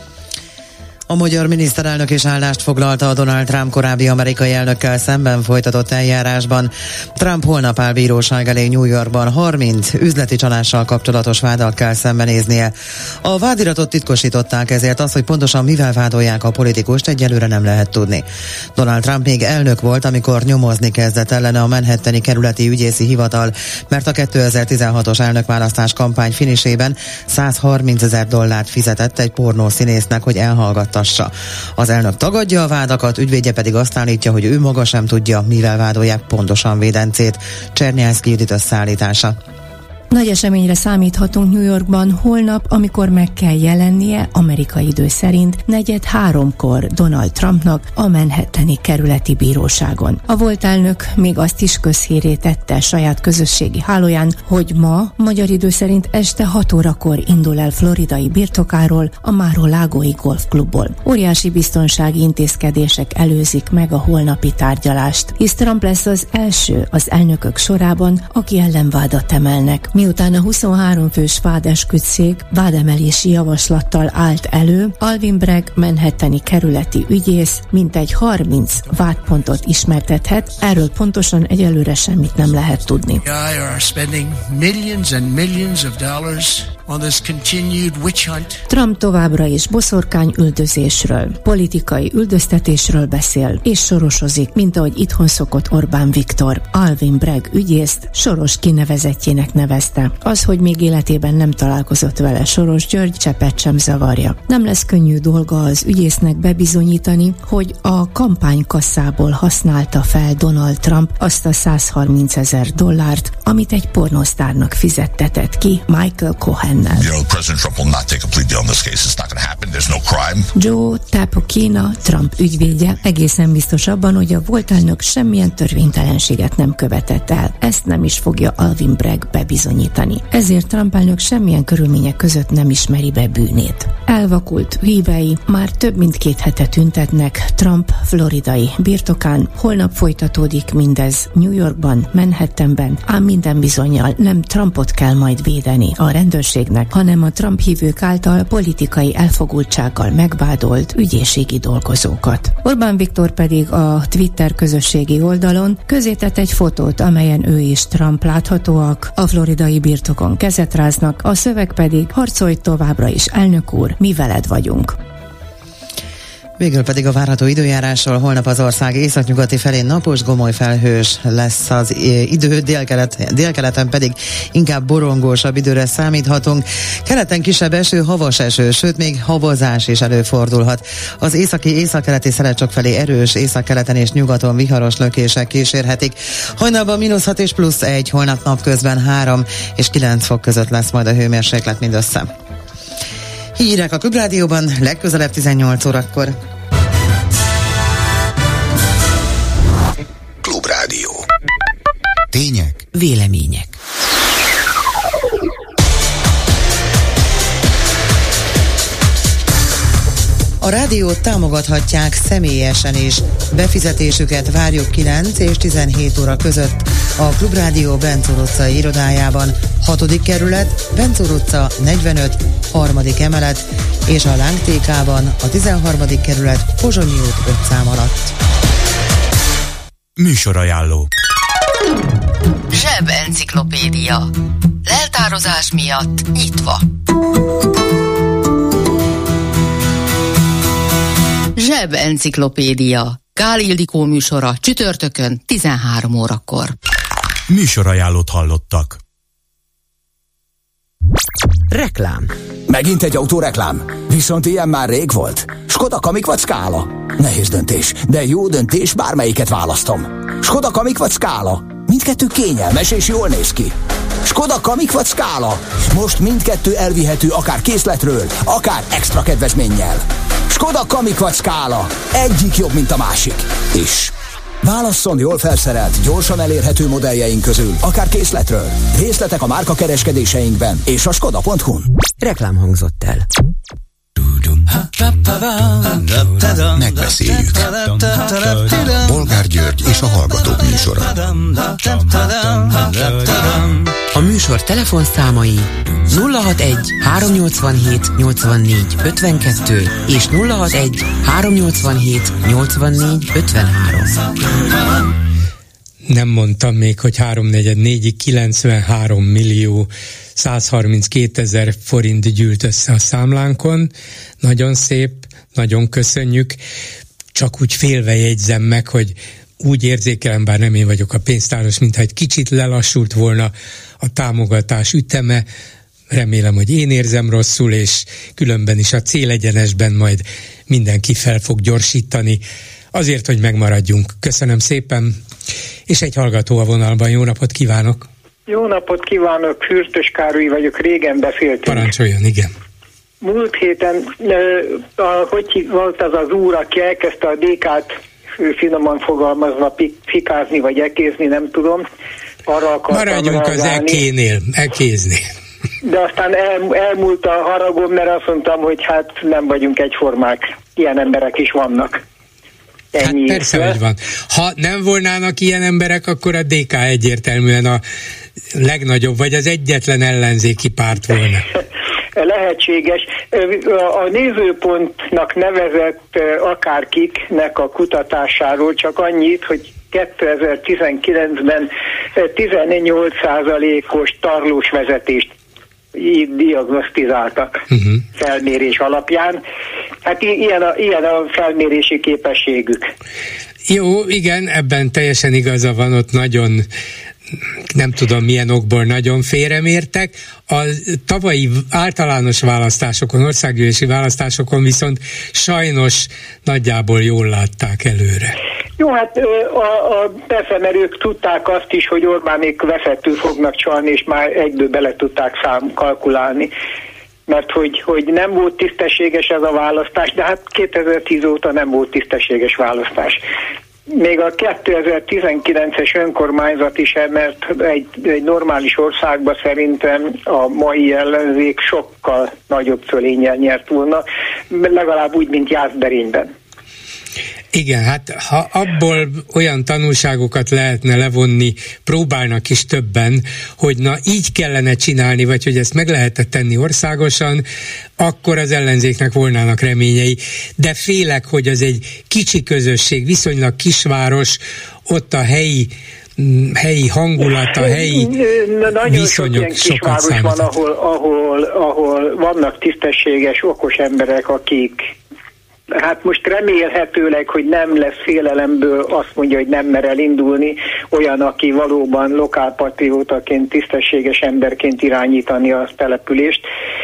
A magyar miniszterelnök is állást foglalta a Donald Trump korábbi amerikai elnökkel szemben folytatott eljárásban. Trump holnap áll bíróság elé New Yorkban, harminc üzleti csalással kapcsolatos vádat kell szembenéznie. A vádiratot titkosították, ezért az, hogy pontosan mivel vádolják a politikust, egyelőre nem lehet tudni. Donald Trump még elnök volt, amikor nyomozni kezdett ellene a Manhattani kerületi ügyészi hivatal, mert a kétezer-tizenhatos elnökválasztás kampány finisében százharmincezer dollárt fizetett egy pornószínésznek, hogy elhallgatta. Az elnök tagadja a vádakat, ügyvédje pedig azt állítja, hogy ő maga sem tudja, mivel vádolják pontosan Védencét. Csernyánszky Judit összeállítása. Nagy eseményre számíthatunk New Yorkban holnap, amikor meg kell jelennie amerikai idő szerint negyed háromkor Donald Trumpnak a Manhattani kerületi bíróságon. A volt elnök még azt is közhírré tette saját közösségi hálóján, hogy ma, magyar idő szerint este hat órakor indul el floridai birtokáról, a Mar-a-Lagói golfklubból. Óriási biztonsági intézkedések előzik meg a holnapi tárgyalást, hisz Trump lesz az első az elnökök sorában, aki ellen vádat emelnek. Miután a huszonhárom fős vádesküdtszék vádemelési javaslattal állt elő, Alvin Bragg Manhattani kerületi ügyész mintegy harminc vádpontot ismertethet, erről pontosan egyelőre semmit nem lehet tudni. Trump továbbra is boszorkány üldözésről, politikai üldöztetésről beszél, és sorosozik, mint ahogy itthon szokott Orbán Viktor. Alvin Bragg ügyészt Soros kinevezettjének nevezte. Az, hogy még életében nem találkozott vele Soros György, cseppet sem zavarja. Nem lesz könnyű dolga az ügyésznek bebizonyítani, hogy a kampánykasszából használta fel Donald Trump azt a százharmincezer dollárt, amit egy pornosztárnak fizettetett ki Michael Cohennel. You know, President Trump will not take a plea deal in this case. It's not going to happen. There's no crime. Joe Tapokina, Trump ügyvédje, egészen biztos abban, hogy a volt elnök semmilyen törvénytelenséget nem követett el. Ezt nem is fogja Alvin Bragg bebizonyítani. Ezért Trump elnök semmilyen körülmények között nem ismeri be bűnét. Elvakult hívei már több mint két hete tüntetnek Trump floridai birtokán. Holnap folytatódik mindez New Yorkban, Manhattanben, ám minden bizonnyal nem Trumpot kell majd védeni a rendőrségnek, hanem a Trump hívők által politikai elfogultsággal megvádolt ügyészségi dolgozókat. Orbán Viktor pedig a Twitter közösségi oldalon közzétett egy fotót, amelyen ő és Trump láthatóak, a floridai birtokon kezet ráznak, a szöveg pedig harcolj továbbra is, elnök úr, mi veled vagyunk. Végül pedig a várható időjárásról. Holnap az ország északnyugati felén napos, gomoly felhős lesz az idő, délkelet, délkeleten pedig inkább borongósabb időre számíthatunk. Keleten kisebb eső, havas eső, sőt még havazás is előfordulhat. Az északi északkeleti szeletcsok felé erős, északkeleten és nyugaton viharos lökések kísérhetik. Hajnalban mínusz hat és plusz egy, holnap napközben három és kilenc fok között lesz majd a hőmérséklet mindössze. Hírek a Klubrádióban, legközelebb tizennyolc órakor. Klubrádió. Tények, vélemények. A rádiót támogathatják személyesen is. Befizetésüket várjuk kilenc és tizenhét óra között a Klubrádió Bencúr utcai irodájában, hatodik kerület, Bencúr utca negyvenöt, harmadik emelet, és a Lángtékában, a tizenharmadik kerület, Pozsonyi út öt szám alatt. Műsorajánló. Zsebenciklopédia. Leltározás miatt nyitva. Zsebenciklopédia. Gál Ildikó műsora csütörtökön tizenhárom órakor. Műsorajánlót hallottak. Reklám. Megint egy autóreklám? Viszont ilyen már rég volt. Skoda Kamiq vagy Scala? Nehéz döntés, de jó döntés, bármelyiket választom. Skoda Kamiq vagy Scala? Mindkettő kényelmes és jól néz ki. Skoda Kamiq vagy Scala? Most mindkettő elvihető akár készletről, akár extra kedvezménnyel. Skoda Kamiq vagy Scala? Egyik jobb, mint a másik. És válasszon jól felszerelt, gyorsan elérhető modelljeink közül, akár készletről. Részletek a márka kereskedéseinkben és a skoda pont hu-n. Reklám hangzott el. Megbeszéljük. Bolgár György és a Hallgatók műsora. A műsor telefonszámai nulla hatvanegy háromnyolcvanhét nyolcvannégy ötvenkettő és nulla hatvanegy háromnyolcvanhét nyolcvannégy ötvenhárom. Nem mondtam még, hogy háromnegyed négyig kilencvenhárom millió százharminckétezer forint gyűlt össze a számlánkon. Nagyon szép, nagyon köszönjük. Csak úgy félve jegyzem meg, hogy úgy érzékelem, bár nem én vagyok a pénztáros, mintha egy kicsit lelassult volna a támogatás üteme. Remélem, hogy én érzem rosszul, és különben is a célegyenesben majd mindenki fel fog gyorsítani, azért, hogy megmaradjunk. Köszönöm szépen, és egy hallgató a vonalban. Jó napot kívánok! Jó napot kívánok, Fürtös Károly vagyok, régen beszéltünk. Parancsoljon, igen. Múlt héten, hogy volt az az úr, aki elkezdte a dé ká-t finoman fogalmazva fikázni, vagy ekézni, nem tudom. Arra akartam Maradjunk az ekénél, ekézni. De aztán el, elmúlt a haragom, mert azt mondtam, hogy hát nem vagyunk egyformák. Ilyen emberek is vannak. Ennyi. Hát persze, hogy van. Ha nem volnának ilyen emberek, akkor a dé ká egyértelműen a legnagyobb, vagy az egyetlen ellenzéki párt volna. Lehetséges. A Nézőpontnak nevezett akárkiknek a kutatásáról csak annyit, hogy kétezer-tizenkilencben tizennyolc százalékos tarlós vezetést így diagnosztizáltak uh-huh. felmérés alapján. Hát ilyen a, ilyen a felmérési képességük. Jó, igen, ebben teljesen igaza van, ott nagyon, nem tudom milyen okból nagyon félremértek. A tavalyi általános választásokon, országgyűlési választásokon viszont sajnos nagyjából jól látták előre. Jó, hát a, a, persze, mert ők tudták azt is, hogy Orbánék veszettül fognak csalni, és már egyből bele tudták szám kalkulálni. Mert hogy, hogy nem volt tisztességes ez a választás, de hát kétezer-tíz óta nem volt tisztességes választás. Még a kétezer-tizenkilences önkormányzat is, mert egy, egy normális országban szerintem a mai ellenzék sokkal nagyobb fölénnyel nyert volna, legalább úgy, mint Jászberényben. Igen, hát ha abból olyan tanulságokat lehetne levonni, próbálnak is többen, hogy na így kellene csinálni, vagy hogy ezt meg lehetett tenni országosan, akkor az ellenzéknek volnának reményei. De félek, hogy az egy kicsi közösség, viszonylag kisváros, ott a helyi helyi hangulat, a helyi nagyon viszonyok sok sokat kisváros van, ahol, ahol, ahol vannak tisztességes, okos emberek, akik hát most remélhetőleg, hogy nem lesz félelemből azt mondja, hogy nem mer elindulni, olyan, aki valóban lokálpatriótaként, tisztességes emberként irányítani a települést.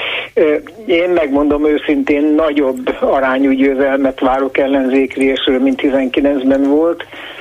Én megmondom őszintén, nagyobb arányú győzelmet várok ellenzék részről, mint tizenkilencben volt.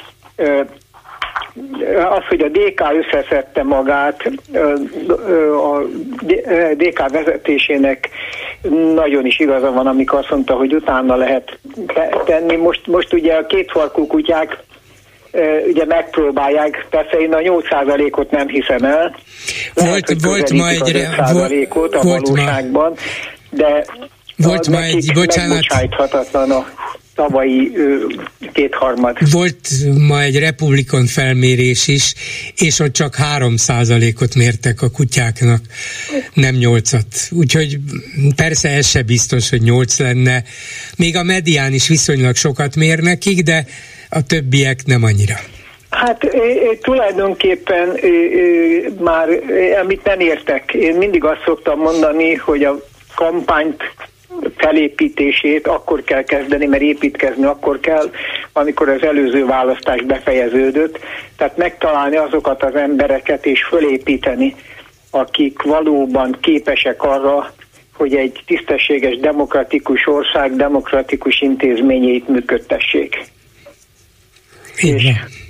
Az, hogy a dé ká összeszedte magát, a dé ká vezetésének nagyon is igaza van, amikor azt mondta, hogy utána lehet tenni. Most, most ugye a kétfarkú kutyák ugye megpróbálják, persze én a nyolc százalékot nem hiszem el. Volt, lehet, volt ma egy öt százalékot a volt valóságban, ma, de volt ma egy, bocsánat, megbocsájthatatlan a tavalyi kétharmad. Volt ma egy republikon felmérés is, és ott csak három százalékot mértek a kutyáknak, nem nyolcat. Úgyhogy persze ez se biztos, hogy nyolc lenne. Még a medián is viszonylag sokat mér nekik, de a többiek nem annyira. Hát é, é, tulajdonképpen é, é, már é, amit nem értek, én mindig azt szoktam mondani, hogy a kampányt felépítését akkor kell kezdeni, mert építkezni akkor kell, amikor az előző választás befejeződött. Tehát megtalálni azokat az embereket és fölépíteni. akik valóban képesek arra, hogy egy tisztességes, demokratikus ország demokratikus intézményeit működtessék. És...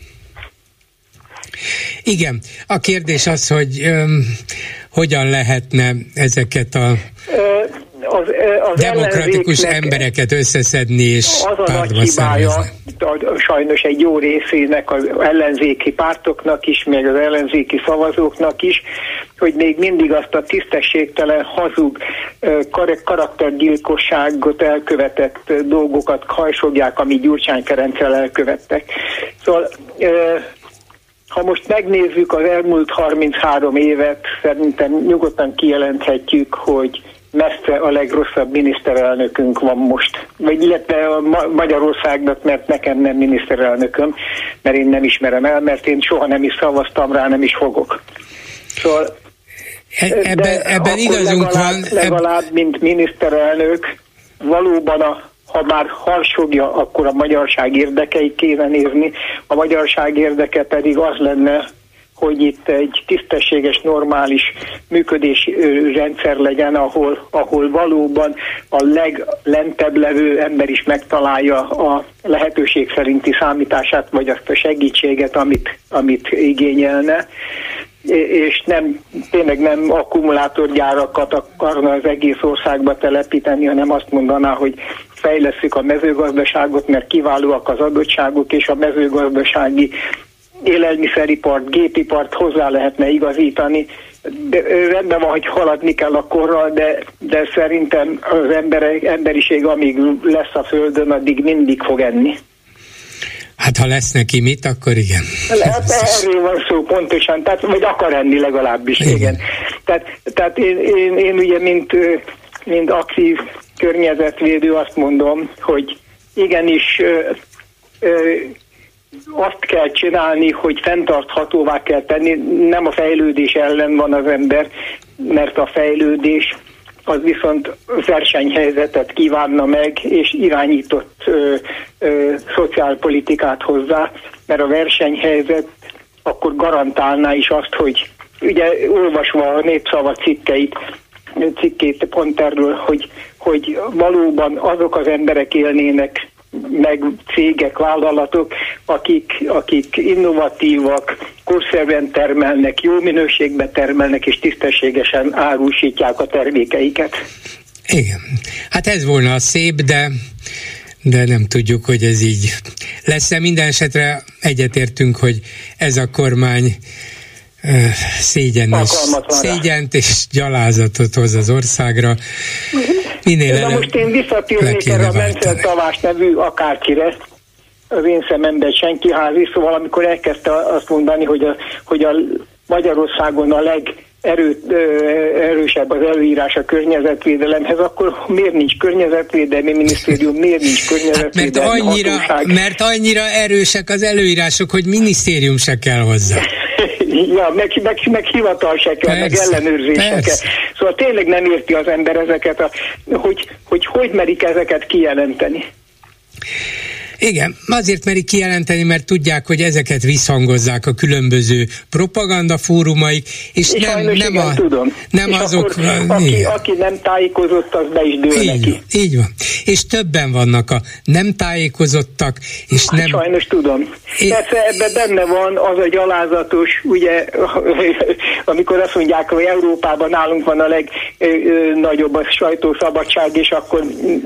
Igen, a kérdés az, hogy um, hogyan lehetne ezeket a az, az demokratikus embereket összeszedni és pártba szervezni. Sajnos egy jó részének az ellenzéki pártoknak is, meg az ellenzéki szavazóknak is, hogy még mindig azt a tisztességtelen, hazug, karaktergyilkosságot elkövetett dolgokat hajsogják, amit Gyurcsány Ferenccel elkövettek. Szóval ha most megnézzük az elmúlt harminchárom évet, szerintem nyugodtan kijelenthetjük, hogy messze a legrosszabb miniszterelnökünk van most. Vagy illetve a Magyarországnak, mert nekem nem miniszterelnököm, mert én nem ismerem el, mert én soha nem is szavaztam rá, nem is fogok. Szóval, ebben, ebben igazunk legalább, van. Legalább, mint miniszterelnök, valóban a ha már harsogja, akkor a magyarság érdekeit kéne nézni. A magyarság érdeke pedig az lenne, hogy itt egy tisztességes, normális működési rendszer legyen, ahol, ahol valóban a leglentebb levő ember is megtalálja a lehetőség szerinti számítását, vagy azt a segítséget, amit, amit igényelne, és nem, tényleg nem akkumulátorgyárakat akarna az egész országba telepíteni, hanem azt mondaná, hogy fejlesszük a mezőgazdaságot, mert kiválóak az adottságok, és a mezőgazdasági élelmiszeripart, gépipart hozzá lehetne igazítani. De rendben van, hogy haladni kell a korral, de, de szerintem az emberek, emberiség, amíg lesz a Földön, addig mindig fog enni. Hát ha lesz neki mit, akkor igen. Hát erről van szó pontosan, tehát, vagy akar enni legalábbis, igen. igen. Tehát, tehát én, én, én ugye, mint, mint aktív környezetvédő azt mondom, hogy igenis ö, ö, azt kell csinálni, hogy fenntarthatóvá kell tenni, nem a fejlődés ellen van az ember, mert a fejlődés az viszont versenyhelyzetet kívánna meg, és irányított ö, ö, szociálpolitikát hozzá, mert a versenyhelyzet akkor garantálná is azt, hogy ugye olvasva a Népszava cikkeit, cikkét pont erről, hogy, hogy valóban azok az emberek élnének meg cégek, vállalatok, akik, akik innovatívak, korszerűen termelnek, jó minőségben termelnek, és tisztességesen árusítják a termékeiket. Igen. Hát ez volna a szép, de, de nem tudjuk, hogy ez így lesz-e. Minden esetre egyetértünk, hogy ez a kormány szégyenes, szégyent és gyalázatot hoz az országra. Minél Na most én visszatérnék erre a Menzel Tamás nevű akárkire, az én szememben senki házi, szóval amikor elkezdte azt mondani, hogy a, hogy a Magyarországon a legerősebb az előírás a környezetvédelemhez, akkor miért nincs környezetvédelmi minisztérium, miért nincs környezetvédelmi hát mert annyira, hatóság? Mert annyira erősek az előírások, hogy minisztérium se kell hozzá. Ja, meg, meg, meg hivatal se kell, persze, meg ellenőrzés se kell. Szóval tényleg nem érti az ember ezeket, a, hogy, hogy hogy merik ezeket kijelenteni. Igen, azért merik kijelenteni, mert tudják, hogy ezeket visszhangozzák a különböző propagandafórumaik, és, és nem, nem, igen, a, tudom. nem és azok... Akkor, aki, aki nem tájékozott, az be is dől így, neki. Így van. És többen vannak a nem tájékozottak, és hát nem... Sajnos tudom. É... Persze ebben benne van az a gyalázatos, ugye, amikor azt mondják, hogy Európában nálunk van a legnagyobb a sajtószabadság, és akkor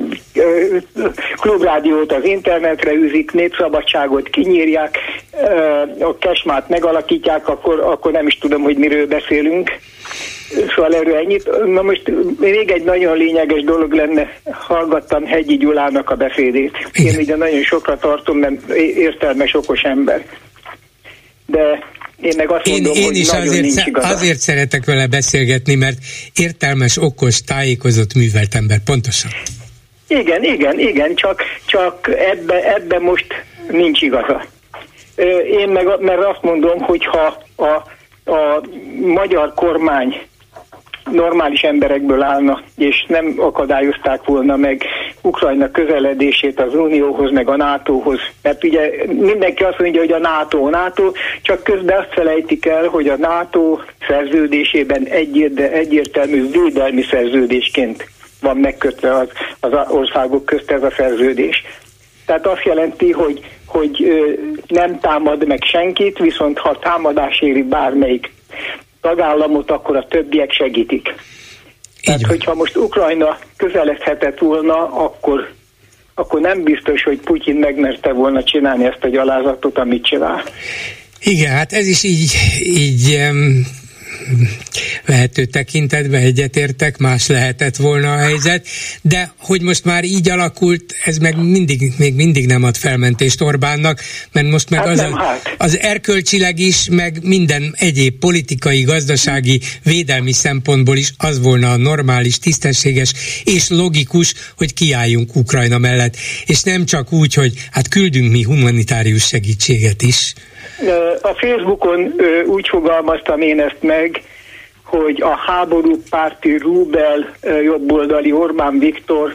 klubrádiót az internet űzik, népszabadságot kinyírják, a kesmát megalakítják, akkor, akkor nem is tudom, hogy miről beszélünk. Szóval erről ennyit. Na most még egy nagyon lényeges dolog lenne, hallgattam Hegyi Gyulának a beszédét. Én ugye nagyon sokra tartom, mert értelmes, okos ember. De én meg azt mondom, én, én hogy is nagyon azért, nincs igaza. azért szeretek vele beszélgetni, mert értelmes, okos, tájékozott, művelt ember, pontosan. Igen, igen, igen, csak, csak ebbe, ebbe most nincs igaza. Én meg mert azt mondom, hogy ha a, a magyar kormány normális emberekből állna, és nem akadályozták volna meg Ukrajna közeledését az Unióhoz, meg a nátóhoz. Mert ugye mindenki azt mondja, hogy a NATO, NATO, csak közben azt felejtik el, hogy a NATO szerződésében egyértelmű védelmi szerződésként van megkötve az, az országok közt ez a szerződés. Tehát azt jelenti, hogy, hogy nem támad meg senkit, viszont ha támadás éri bármelyik tagállamot, akkor a többiek segítik. Tehát, hogyha most Ukrajna közeledhetett volna, akkor, akkor nem biztos, hogy Putyin megmerte volna csinálni ezt a gyalázatot, amit csinál. Igen, hát ez is így, így um, vehető tekintetben egyetértek, más lehetett volna a helyzet, de hogy most már így alakult, ez meg mindig, még mindig nem ad felmentést Orbánnak, mert most meg hát az, nem, a, hát. az erkölcsileg is, meg minden egyéb politikai, gazdasági, védelmi szempontból is az volna a normális, tisztességes és logikus, hogy kiálljunk Ukrajna mellett, és nem csak úgy, hogy hát küldünk mi humanitárius segítséget is. A Facebookon úgy fogalmaztam én ezt meg, hogy a háború párti Rubel jobboldali Orbán Viktor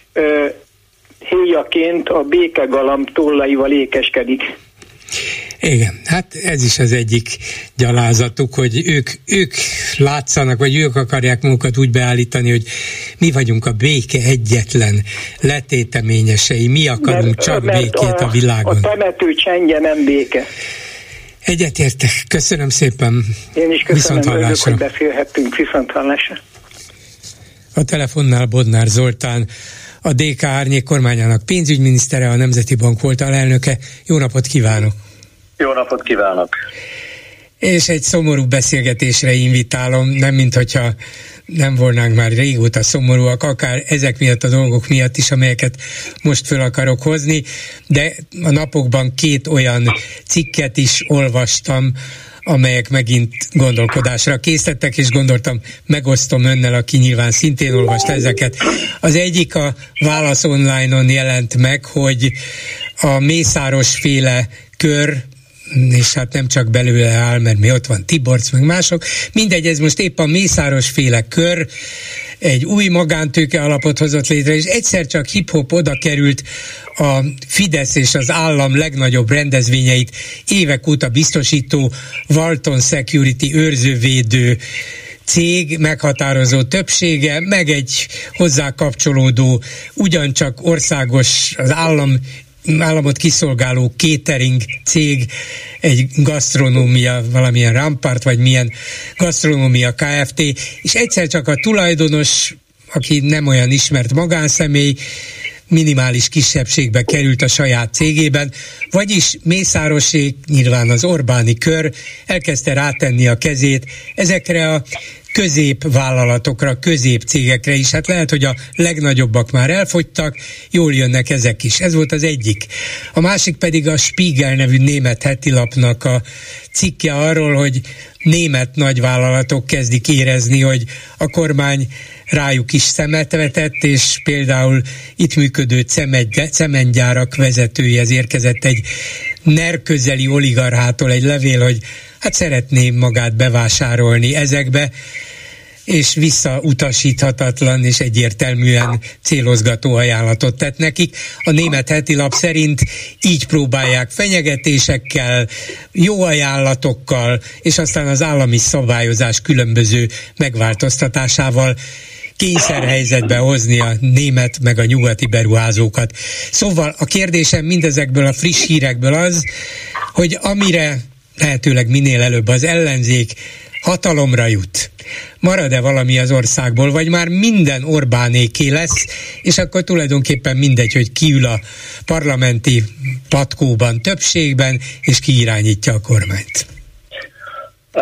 héjaként a békegalamb tollaival ékeskedik. Igen, hát ez is az egyik gyalázatuk, hogy ők, ők látszanak, vagy ők akarják magukat úgy beállítani, hogy mi vagyunk a béke egyetlen letéteményesei, mi akarunk mert, csak mert békét a, a világon. A temető csendje nem béke. Egyetértek, köszönöm szépen. Én is köszönöm, örülök, hogy beszélhettünk, viszonthallásra. A telefonnál Bodnár Zoltán, a dé ká árnyék kormányának pénzügyminisztere, a Nemzeti Bank volt alelnöke. Jó napot kívánok! Jó napot kívánok! És egy szomorú beszélgetésre invitálom, nem minthogyha nem volnánk már régóta szomorúak, akár ezek miatt a dolgok miatt is, amelyeket most föl akarok hozni, de a napokban két olyan cikket is olvastam, amelyek megint gondolkodásra késztettek, és gondoltam, megosztom önnel, aki nyilván szintén olvasta ezeket. Az egyik a Válasz Online-on jelent meg, hogy a Mészáros féle kör, és hát nem csak belőle áll, mert mi ott van Tiborcs, meg mások. Mindegy, ez most épp a Mészáros féle kör egy új magántőke alapot hozott létre, és egyszer csak hip-hop oda került a Fidesz és az állam legnagyobb rendezvényeit évek óta biztosító Walton Security őrzővédő cég meghatározó többsége, meg egy hozzá kapcsolódó, ugyancsak országos, az állam államot kiszolgáló catering cég, egy gasztronómia, valamilyen Rampart, vagy milyen gasztronómia Kft. És egyszer csak a tulajdonos, aki nem olyan ismert magánszemély, minimális kisebbségbe került a saját cégében, vagyis Mészárosék, nyilván az Orbáni kör elkezdte rátenni a kezét ezekre a középvállalatokra, középcégekre is. Hát lehet, hogy a legnagyobbak már elfogytak, jól jönnek ezek is. Ez volt az egyik. A másik pedig a Spiegel nevű német hetilapnak a cikke arról, hogy német nagyvállalatok kezdik érezni, hogy a kormány rájuk is szemet vetett, és például itt működő cementgyárak vezetőjehez érkezett egy NER közeli oligarchától egy levél, hogy hát szeretném magát bevásárolni ezekbe, és visszautasíthatatlan és egyértelműen célozgató ajánlatot tett nekik. A német hetilap szerint így próbálják fenyegetésekkel, jó ajánlatokkal, és aztán az állami szabályozás különböző megváltoztatásával kényszerhelyzetbe hozni a német meg a nyugati beruházókat. Szóval a kérdésem mindezekből a friss hírekből az, hogy amire lehetőleg minél előbb az ellenzék hatalomra jut, marad-e valami az országból, vagy már minden Orbánéké lesz, és akkor tulajdonképpen mindegy, hogy ki ül a parlamenti patkóban többségben, és ki irányítja a kormányt. Uh,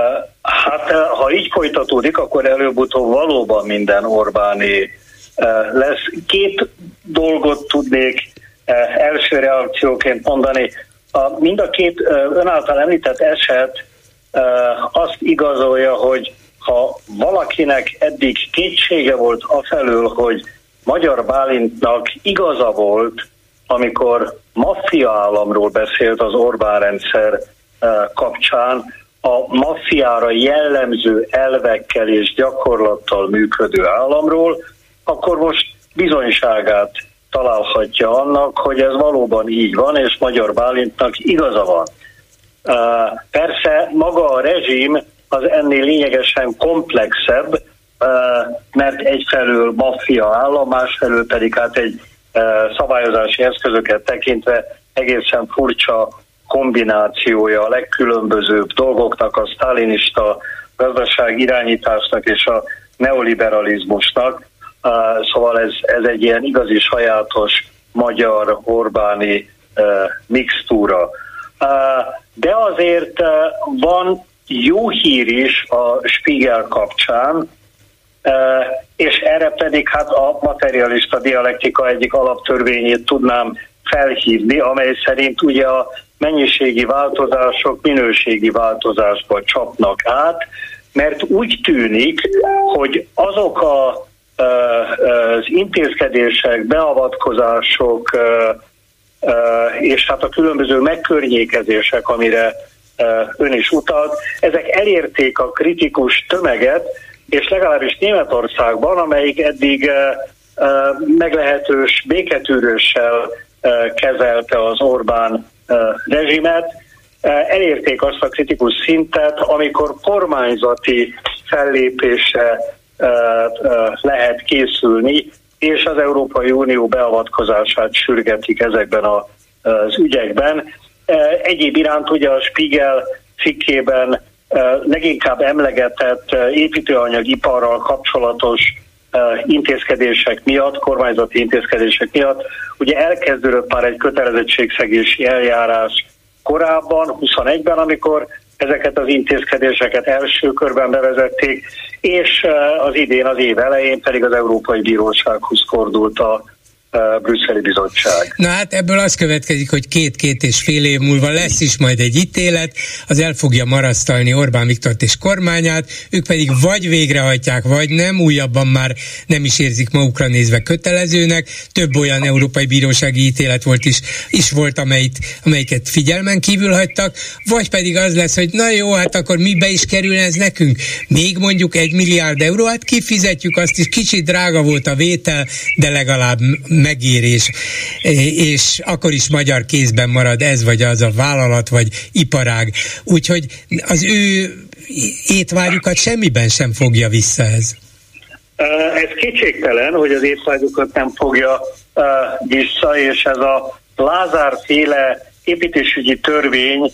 hát ha így folytatódik, akkor előbb-utóbb valóban minden Orbáné uh, lesz. Két dolgot tudnék uh, első reakcióként mondani. A, mind a két uh, ön által említett eset uh, azt igazolja, hogy ha valakinek eddig kétsége volt afelől, hogy Magyar Bálintnak igaza volt, amikor maffia államról beszélt az Orbán rendszer uh, kapcsán, a maffiára jellemző elvekkel és gyakorlattal működő államról, akkor most bizonyságát találhatja annak, hogy ez valóban így van, és Magyar Bálintnak igaza van. Persze maga a rezsim az ennél lényegesen komplexebb, mert egyfelől maffia állam, másfelől pedig hát egy szabályozási eszközöket tekintve egészen furcsa kombinációja a legkülönbözőbb dolgoknak, a sztálinista gazdaság irányításnak és a neoliberalizmusnak. Szóval ez, ez egy ilyen igazi sajátos magyar Orbáni mixtúra. De azért van jó hír is a Spiegel kapcsán, és erre pedig hát a materialista dialektika egyik alaptörvényét tudnám felhívni, amely szerint ugye a mennyiségi változások minőségi változásba csapnak át, mert úgy tűnik, hogy azok a, az intézkedések, beavatkozások és hát a különböző megkörnyékezések, amire ön is utalt, ezek elérték a kritikus tömeget, és legalábbis Németországban, amelyik eddig meglehetős béketűrőssel kezelte az Orbán rezsimet, elérték azt a kritikus szintet, amikor kormányzati fellépésre lehet készülni, és az Európai Unió beavatkozását sürgetik ezekben az ügyekben. Egyéb iránt ugye a Spiegel cikkében leginkább emlegetett építőanyagiparral kapcsolatos intézkedések miatt, kormányzati intézkedések miatt, ugye elkezdődött már egy kötelezettségszegési eljárás korábban, huszonegyben, amikor ezeket az intézkedéseket első körben bevezették, és az idén, az év elején pedig az Európai Bírósághoz fordult a brüsszeli bizottság. Na hát ebből az következik, hogy két-két és fél év múlva lesz is majd egy ítélet, az el fogja marasztalni Orbán Viktort és kormányát, ők pedig vagy végrehajtják, vagy nem, újabban már nem is érzik magukra nézve kötelezőnek, több olyan európai bírósági ítélet volt is, is volt, amelyet, amelyiket figyelmen kívül hagytak, vagy pedig az lesz, hogy na jó, hát akkor mibe is kerül ez nekünk? Még mondjuk egy milliárd euró, hát kifizetjük azt is, kicsit drága volt a vétel, de legalább megérés, és akkor is magyar kézben marad ez vagy az a vállalat, vagy iparág. Úgyhogy az ő étvágyukat semmiben sem fogja vissza ez. Ez kétségtelen, hogy az étvágyukat nem fogja vissza, és ez a Lázár-féle építésügyi törvény,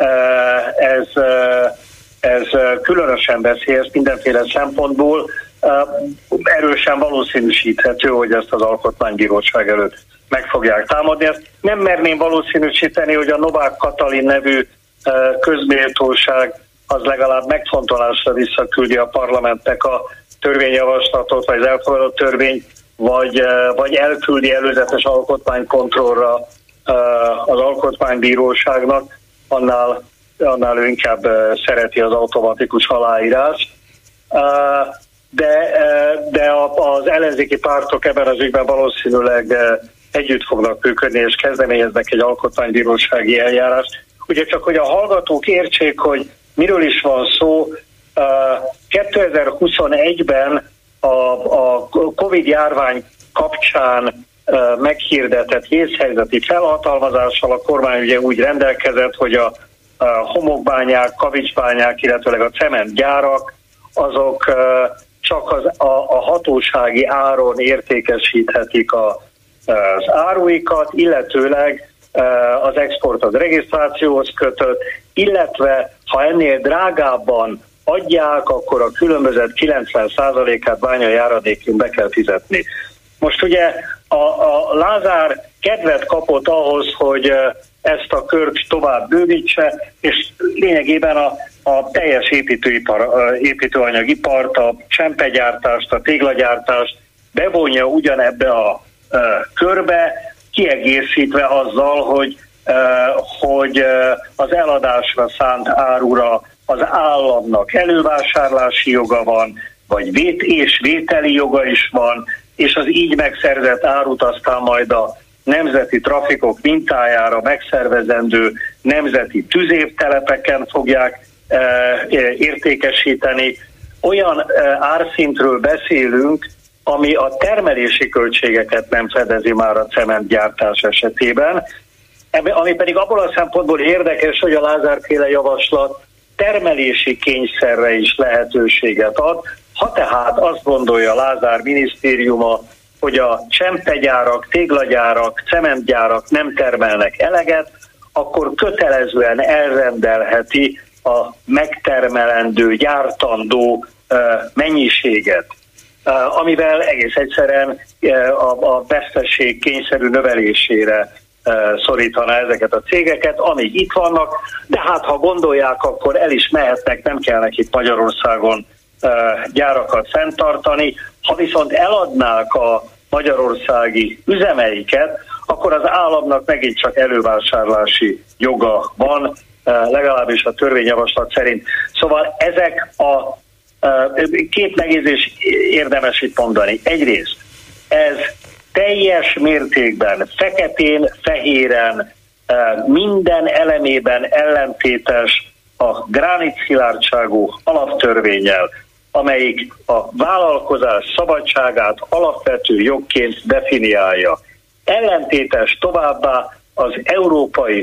ez, ez különösen veszélyes mindenféle szempontból. Erősen valószínűsíthető, hogy ezt az alkotmánybíróság előtt meg fogják támadni. Ezt nem merném valószínűsíteni, hogy a Novák Katalin nevű közméltóság az legalább megfontolásra visszaküldi a parlamentnek a törvényjavaslatot, vagy az elfogadott törvény, vagy, vagy elküldi előzetes alkotmánykontrollra az alkotmánybíróságnak, annál, annál ő inkább szereti az automatikus aláírást. De, de az ellenzéki pártok ebben az ügyben valószínűleg együtt fognak működni, és kezdeményeznek egy alkotmánybírósági eljárást. Ugye csak, hogy a hallgatók értsék, hogy miről is van szó, kétezer-huszonegyben a, a Covid-járvány kapcsán meghirdetett vészhelyzeti felhatalmazással a kormány ugye úgy rendelkezett, hogy a, a homokbányák, kavicsbányák, illetőleg a cementgyárak, azok csak az, a, a hatósági áron értékesíthetik a, az áruikat, illetőleg az export az regisztrációhoz kötött, illetve ha ennél drágábban adják, akkor a különbözet kilencven százalékát bányajáradékként be kell fizetni. Most ugye a, a Lázár kedvet kapott ahhoz, hogy ezt a kört tovább bővítse, és lényegében a, a teljes építőipar, építőanyagipart, a csempegyártást, a téglagyártást bevonja ugyanebbe a, a körbe, kiegészítve azzal, hogy, hogy az eladásra szánt árura az államnak elővásárlási joga van, vagy vét és vételi joga is van, és az így megszerzett árut aztán majd a nemzeti trafikok mintájára megszervezendő nemzeti tüzértelepeken fogják értékesíteni. Olyan árszintről beszélünk, ami a termelési költségeket nem fedezi már a cementgyártás esetében, ami pedig abból a szempontból érdekes, hogy a Lázár-féle javaslat termelési kényszerre is lehetőséget ad. Ha tehát azt gondolja Lázár minisztériuma, hogy a csempegyárak, téglagyárak, cementgyárak nem termelnek eleget, akkor kötelezően elrendelheti a megtermelendő, gyártandó mennyiséget, amivel egész egyszerűen a veszteség kényszerű növelésére szorítaná ezeket a cégeket, amíg itt vannak, de hát ha gondolják, akkor el is mehetnek, nem kell nekik Magyarországon gyárakat fenntartani. Ha viszont eladnák a magyarországi üzemeiket, akkor az államnak megint csak elővásárlási joga van, legalábbis a törvényjavaslat szerint. Szóval ezek a két megjegyzés érdemes itt mondani. Egyrészt ez teljes mértékben, feketén, fehéren, minden elemében ellentétes a gránitszilárdságú alaptörvénnyel, amelyik a vállalkozás szabadságát alapvető jogként definiálja. Ellentétes továbbá az Európai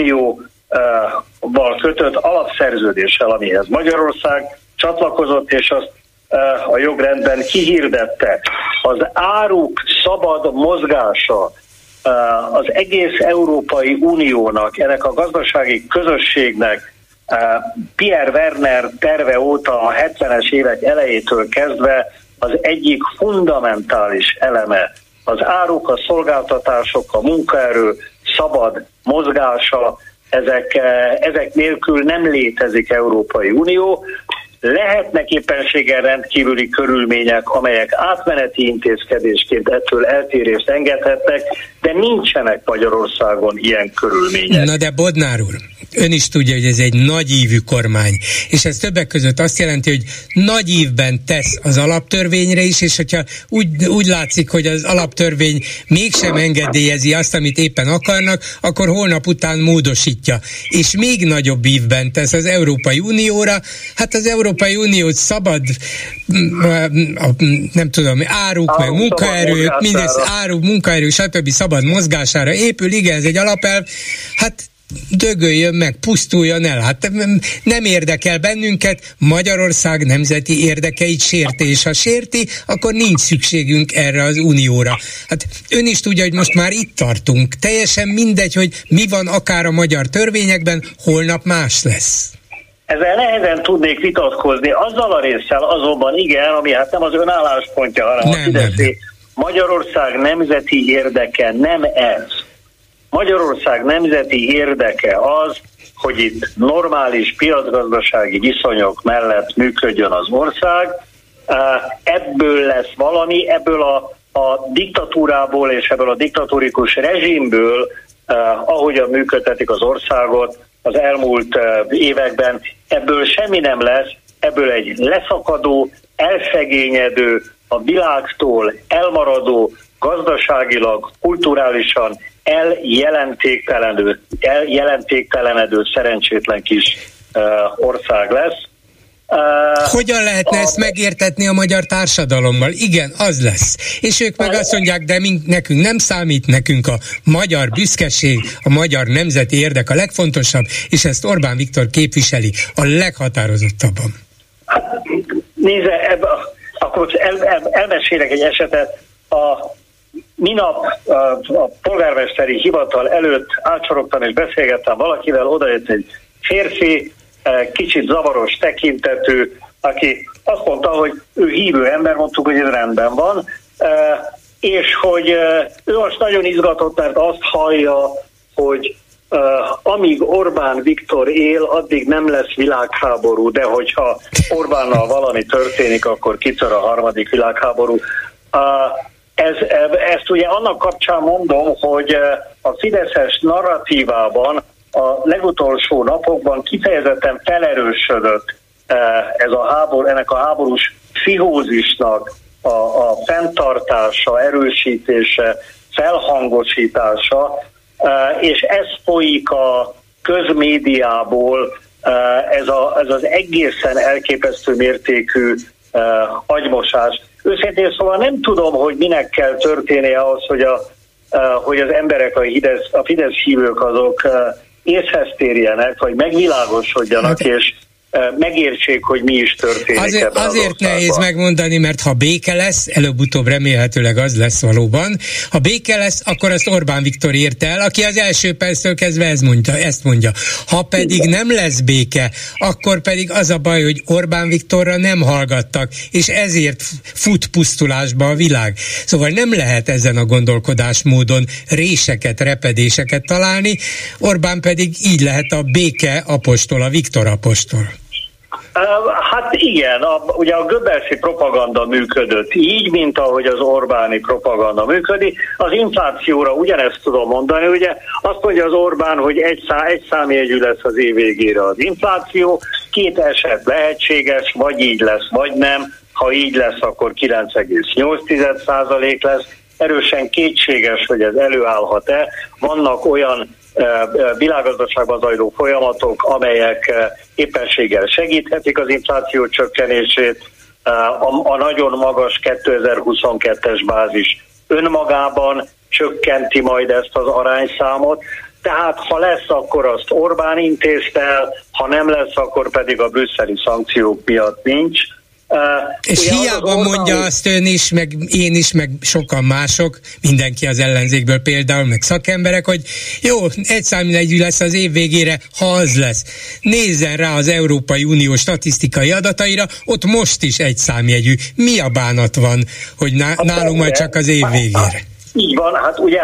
Unióval kötött alapszerződéssel, amihez Magyarország csatlakozott, és azt a jogrendben kihirdette. Az áruk szabad mozgása az egész Európai Uniónak, ennek a gazdasági közösségnek Pierre Werner terve óta a hetvenes évek elejétől kezdve az egyik fundamentális eleme. Az áruk, a szolgáltatások, a munkaerő szabad mozgása, ezek, ezek nélkül nem létezik Európai Unió. Lehetnek éppenséggel rendkívüli körülmények, amelyek átmeneti intézkedésként ettől eltérést engedhetnek, de nincsenek Magyarországon ilyen körülmények. Na de Bodnár úr, ön is tudja, hogy ez egy nagyívű kormány, és ez többek között azt jelenti, hogy nagy ívben tesz az alaptörvényre is, és hogyha úgy, úgy látszik, hogy az alaptörvény mégsem engedélyezi azt, amit éppen akarnak, akkor holnap után módosítja. És még nagyobb ívben tesz az Európai Unióra, hát az Európai Unió szabad, nem tudom, áruk, áru, meg munkaerők, mindez áru, munkaerő, stb. Szabad mozgására épül, igen, ez egy alapelv, hát dögöljön meg, pusztuljon el. Hát nem érdekel bennünket, Magyarország nemzeti érdekeit sérti, és ha sérti, akkor nincs szükségünk erre az unióra. Hát ön is tudja, hogy most már itt tartunk. Teljesen mindegy, hogy mi van akár a magyar törvényekben, holnap más lesz. Ezzel nehezen tudnék vitatkozni. Azzal a résszel azonban igen, ami hát nem az ön álláspontja, hanem nem, a Fideszé. Magyarország nemzeti érdeke nem ez. Magyarország nemzeti érdeke az, hogy itt normális piacgazdasági viszonyok mellett működjön az ország. Ebből lesz valami, ebből a, a diktatúrából és ebből a diktatórikus rezsimből, ahogyan működtetik az országot az elmúlt években, ebből semmi nem lesz, ebből egy leszakadó, elszegényedő, a világtól elmaradó, gazdaságilag, kulturálisan eljelentéktelenedő, eljelentéktelenedő szerencsétlen kis uh, ország lesz. Uh, Hogyan lehetne a... ezt megértetni a magyar társadalommal? Igen, az lesz. És ők meg azt mondják, de mink, nekünk nem számít, nekünk a magyar büszkeség, a magyar nemzeti érdek a legfontosabb, és ezt Orbán Viktor képviseli a leghatározottabban. Nézze, ebbe, akkor el, el, elmesélek egy esetet. A minap a, a polgármesteri hivatal előtt átsorogtam és beszélgettem valakivel, odajött egy férfi, kicsit zavaros tekintetű, aki azt mondta, hogy ő hívő ember, mondtuk, hogy ez rendben van, és hogy ő most nagyon izgatott, mert azt hallja, hogy amíg Orbán Viktor él, addig nem lesz világháború, de hogyha Orbánnal valami történik, akkor kitör a harmadik világháború. Ez, ezt ugye annak kapcsán mondom, hogy a fideszes narratívában a legutolsó napokban kifejezetten felerősödött ez a háború, ennek a háborús pszichózisnak a, a fenntartása, erősítése, felhangosítása, és ez folyik a közmédiából ez, a, ez az egészen elképesztő mértékű agymosás. Őszintén szóval nem tudom, hogy minek kell történnie ahhoz, hogy, a, hogy az emberek, a Fidesz, a Fidesz hívők azok észhez térjenek, vagy megvilágosodjanak, hát, és megértsék, hogy mi is történik. Azért, ebben azért az nehéz megmondani, mert ha béke lesz, előbb-utóbb remélhetőleg az lesz valóban, ha béke lesz, akkor azt Orbán Viktor érte el, aki az első perctől kezdve ezt mondja. Ezt mondja. Ha pedig nem lesz béke, akkor pedig az a baj, hogy Orbán Viktorra nem hallgattak, és ezért fut pusztulásba a világ. Szóval nem lehet ezen a gondolkodásmódon réseket, repedéseket találni, Orbán pedig így lehet a béke apostol, a Viktor apostol. Hát igen, a, ugye a Goebbelsi propaganda működött így, mint ahogy az Orbáni propaganda működik. Az inflációra ugyanezt tudom mondani, ugye azt mondja az Orbán, hogy egy, szá, egy számjegyű lesz az év végére az infláció, két eset lehetséges, vagy így lesz, vagy nem. Ha így lesz, akkor kilenc egész nyolc százalék lesz. Erősen kétséges, hogy ez előállhat-e. Vannak olyan világgazdaságban zajló folyamatok, amelyek éppenséggel segíthetik az infláció csökkenését. A, a nagyon magas kétezer-huszonkettes bázis önmagában csökkenti majd ezt az arányszámot. Tehát ha lesz, akkor azt Orbán intézte el, ha nem lesz, akkor pedig a brüsszeli szankciók miatt nincs. Uh, és hiába az mondja Orbán, azt ön is, meg én is, meg sokan mások, mindenki az ellenzékből például, meg szakemberek, hogy jó, egyszámjegyű lesz az év végére, ha az lesz. Nézzen rá az Európai Unió statisztikai adataira, ott most is egyszámjegyű. Mi a bánat van, hogy ná- nálunk majd csak az év végére? Így van, hát ugye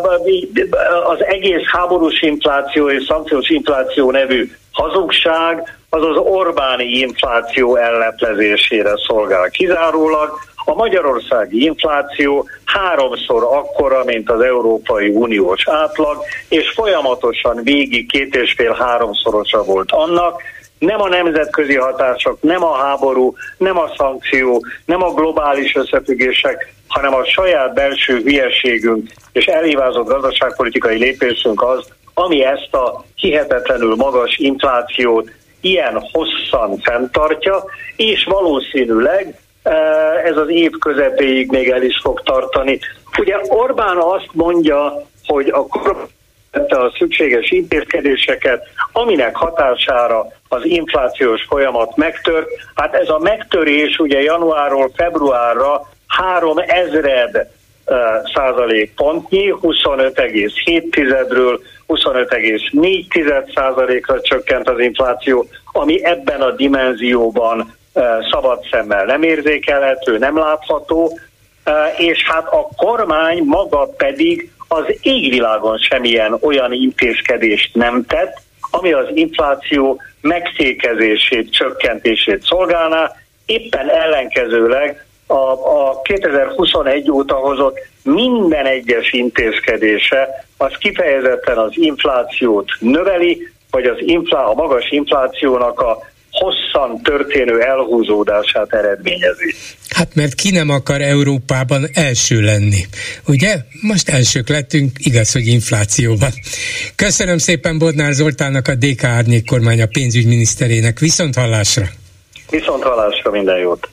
az egész háborús infláció és szankciós infláció nevű hazugság az az Orbáni infláció elleplezésére szolgál kizárólag. A magyarországi infláció háromszor akkora, mint az Európai Uniós átlag, és folyamatosan végig két és fél háromszorosa volt annak. Nem a nemzetközi hatások, nem a háború, nem a szankció, nem a globális összefüggések, hanem a saját belső hülyeségünk és elhívázott gazdaságpolitikai lépésünk az, ami ezt a hihetetlenül magas inflációt ilyen hosszan fenntartja, és valószínűleg ez az év közepéig még el is fog tartani. Ugye Orbán azt mondja, hogy a kormány a szükséges intézkedéseket, aminek hatására az inflációs folyamat megtört. Hát ez a megtörés ugye januárról februárra három ezred százalékpontnyi, huszonöt egész hét-ről huszonöt egész négy százalékra csökkent az infláció, ami ebben a dimenzióban szabad szemmel nem érzékelhető, nem látható, és hát a kormány maga pedig az égvilágon semmilyen olyan intézkedést nem tett, ami az infláció megfékezését, csökkentését szolgálná, éppen ellenkezőleg a, a kétezer-huszonegy óta hozott minden egyes intézkedése az kifejezetten az inflációt növeli, vagy az inflá, a magas inflációnak a hosszan történő elhúzódását eredményezi. Hát mert ki nem akar Európában első lenni, ugye? Most elsők lettünk, igaz, hogy inflációban. Köszönöm szépen Bodnár Zoltánnak, a dé ká Árnyék kormány a pénzügyminiszterének. Viszont hallásra! Viszont hallásra, minden jót!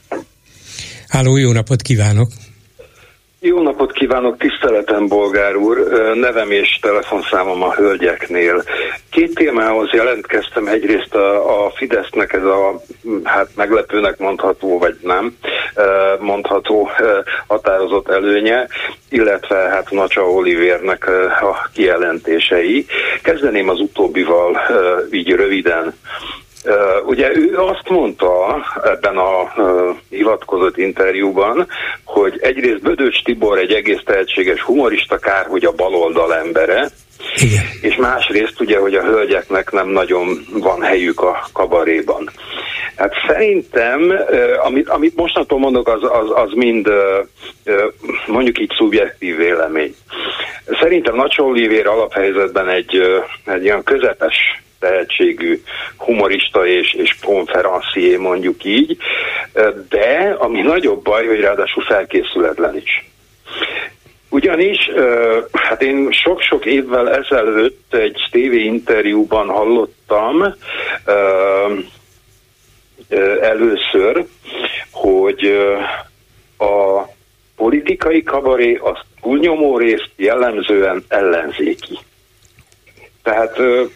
Háló, jó napot kívánok! Jó napot kívánok, tiszteletem Bolgár úr, nevem és telefonszámom a hölgyeknél. Két témához jelentkeztem, egyrészt a, a Fidesznek ez a, hát meglepőnek mondható, vagy nem mondható határozott előnye, illetve hát Nacsa Olivérnek a kijelentései. Kezdeném az utóbbival így röviden. Uh, ugye ő azt mondta ebben a uh, hivatkozott interjúban, hogy egyrészt Bödöcs Tibor egy egész tehetséges humorista, kár, hogy a baloldal embere, igen. És másrészt ugye, hogy a hölgyeknek nem nagyon van helyük a kabaréban. Hát szerintem, uh, amit, amit mostantól mondok, az, az, az mind uh, uh, mondjuk így szubjektív vélemény. Szerintem Nacsa Olivér alaphelyzetben egy, uh, egy olyan közepes tehetségű humorista és, és konferencié, mondjuk így, de ami nagyobb baj, hogy ráadásul felkészületlen is. Ugyanis, hát én sok-sok évvel ezelőtt egy tévéinterjúban hallottam először, hogy a politikai kabaré az túlnyomó részt jellemzően ellenzéki. Tehát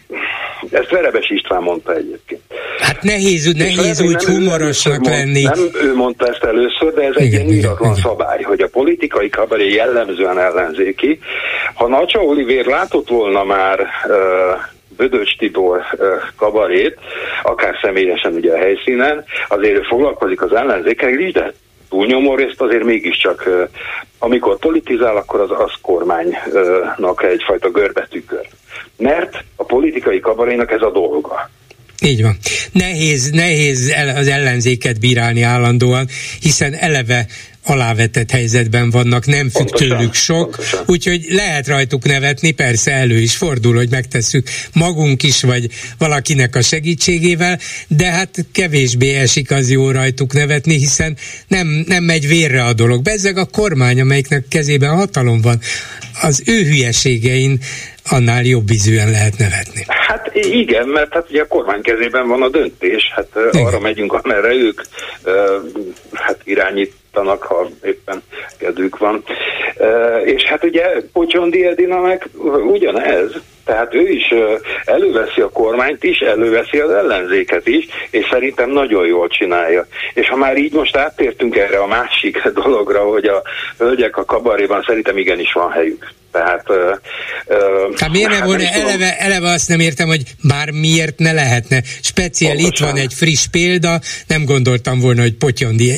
ezt Verebes István mondta egyébként. Hát nehéz, nehéz úgy humorosnak mond, lenni. Nem ő mondta ezt először, de ez igen, egy ilyen íratlan szabály, hogy a politikai kabaré jellemzően ellenzéki. Ha Nacsa Olivér látott volna már uh, Bödöcs Tibor uh, kabarét, akár személyesen ugye a helyszínen, azért ő foglalkozik az ellenzékkel is, de túlnyomó részt azért mégiscsak, uh, amikor politizál, akkor az, az kormánynak uh, egyfajta görbetükör. Mert a politikai kabarénak ez a dolga. Így van. Nehéz, nehéz az ellenzéket bírálni állandóan, hiszen eleve alávetett helyzetben vannak, nem függ pontosan, tőlük sok, pontosan. Úgyhogy lehet rajtuk nevetni, persze elő is fordul, hogy megtesszük magunk is, vagy valakinek a segítségével, de hát kevésbé esik az jó rajtuk nevetni, hiszen nem, nem megy vérre a dolog. Bezzeg a kormány, amelyiknek kezében hatalom van, az ő hülyeségein annál jobb ízűen lehet nevetni. Hát igen, mert hát ugye a kormány kezében van a döntés, hát igen. Arra megyünk, amerre ők uh, hát irányítanak, ha éppen kedvük van. Uh, és hát ugye Pocsondi Edina meg ugyanez, tehát ő is uh, előveszi a kormányt is, előveszi az ellenzéket is, és szerintem nagyon jól csinálja. És ha már így most áttértünk erre a másik dologra, hogy a hölgyek a kabaréban szerintem igenis van helyük. Tehát, uh, uh, hát miért ne volna, eleve, eleve azt nem értem, hogy bár miért ne lehetne. Speciál pontosan. Itt van egy friss példa, nem gondoltam volna, hogy Pottyondi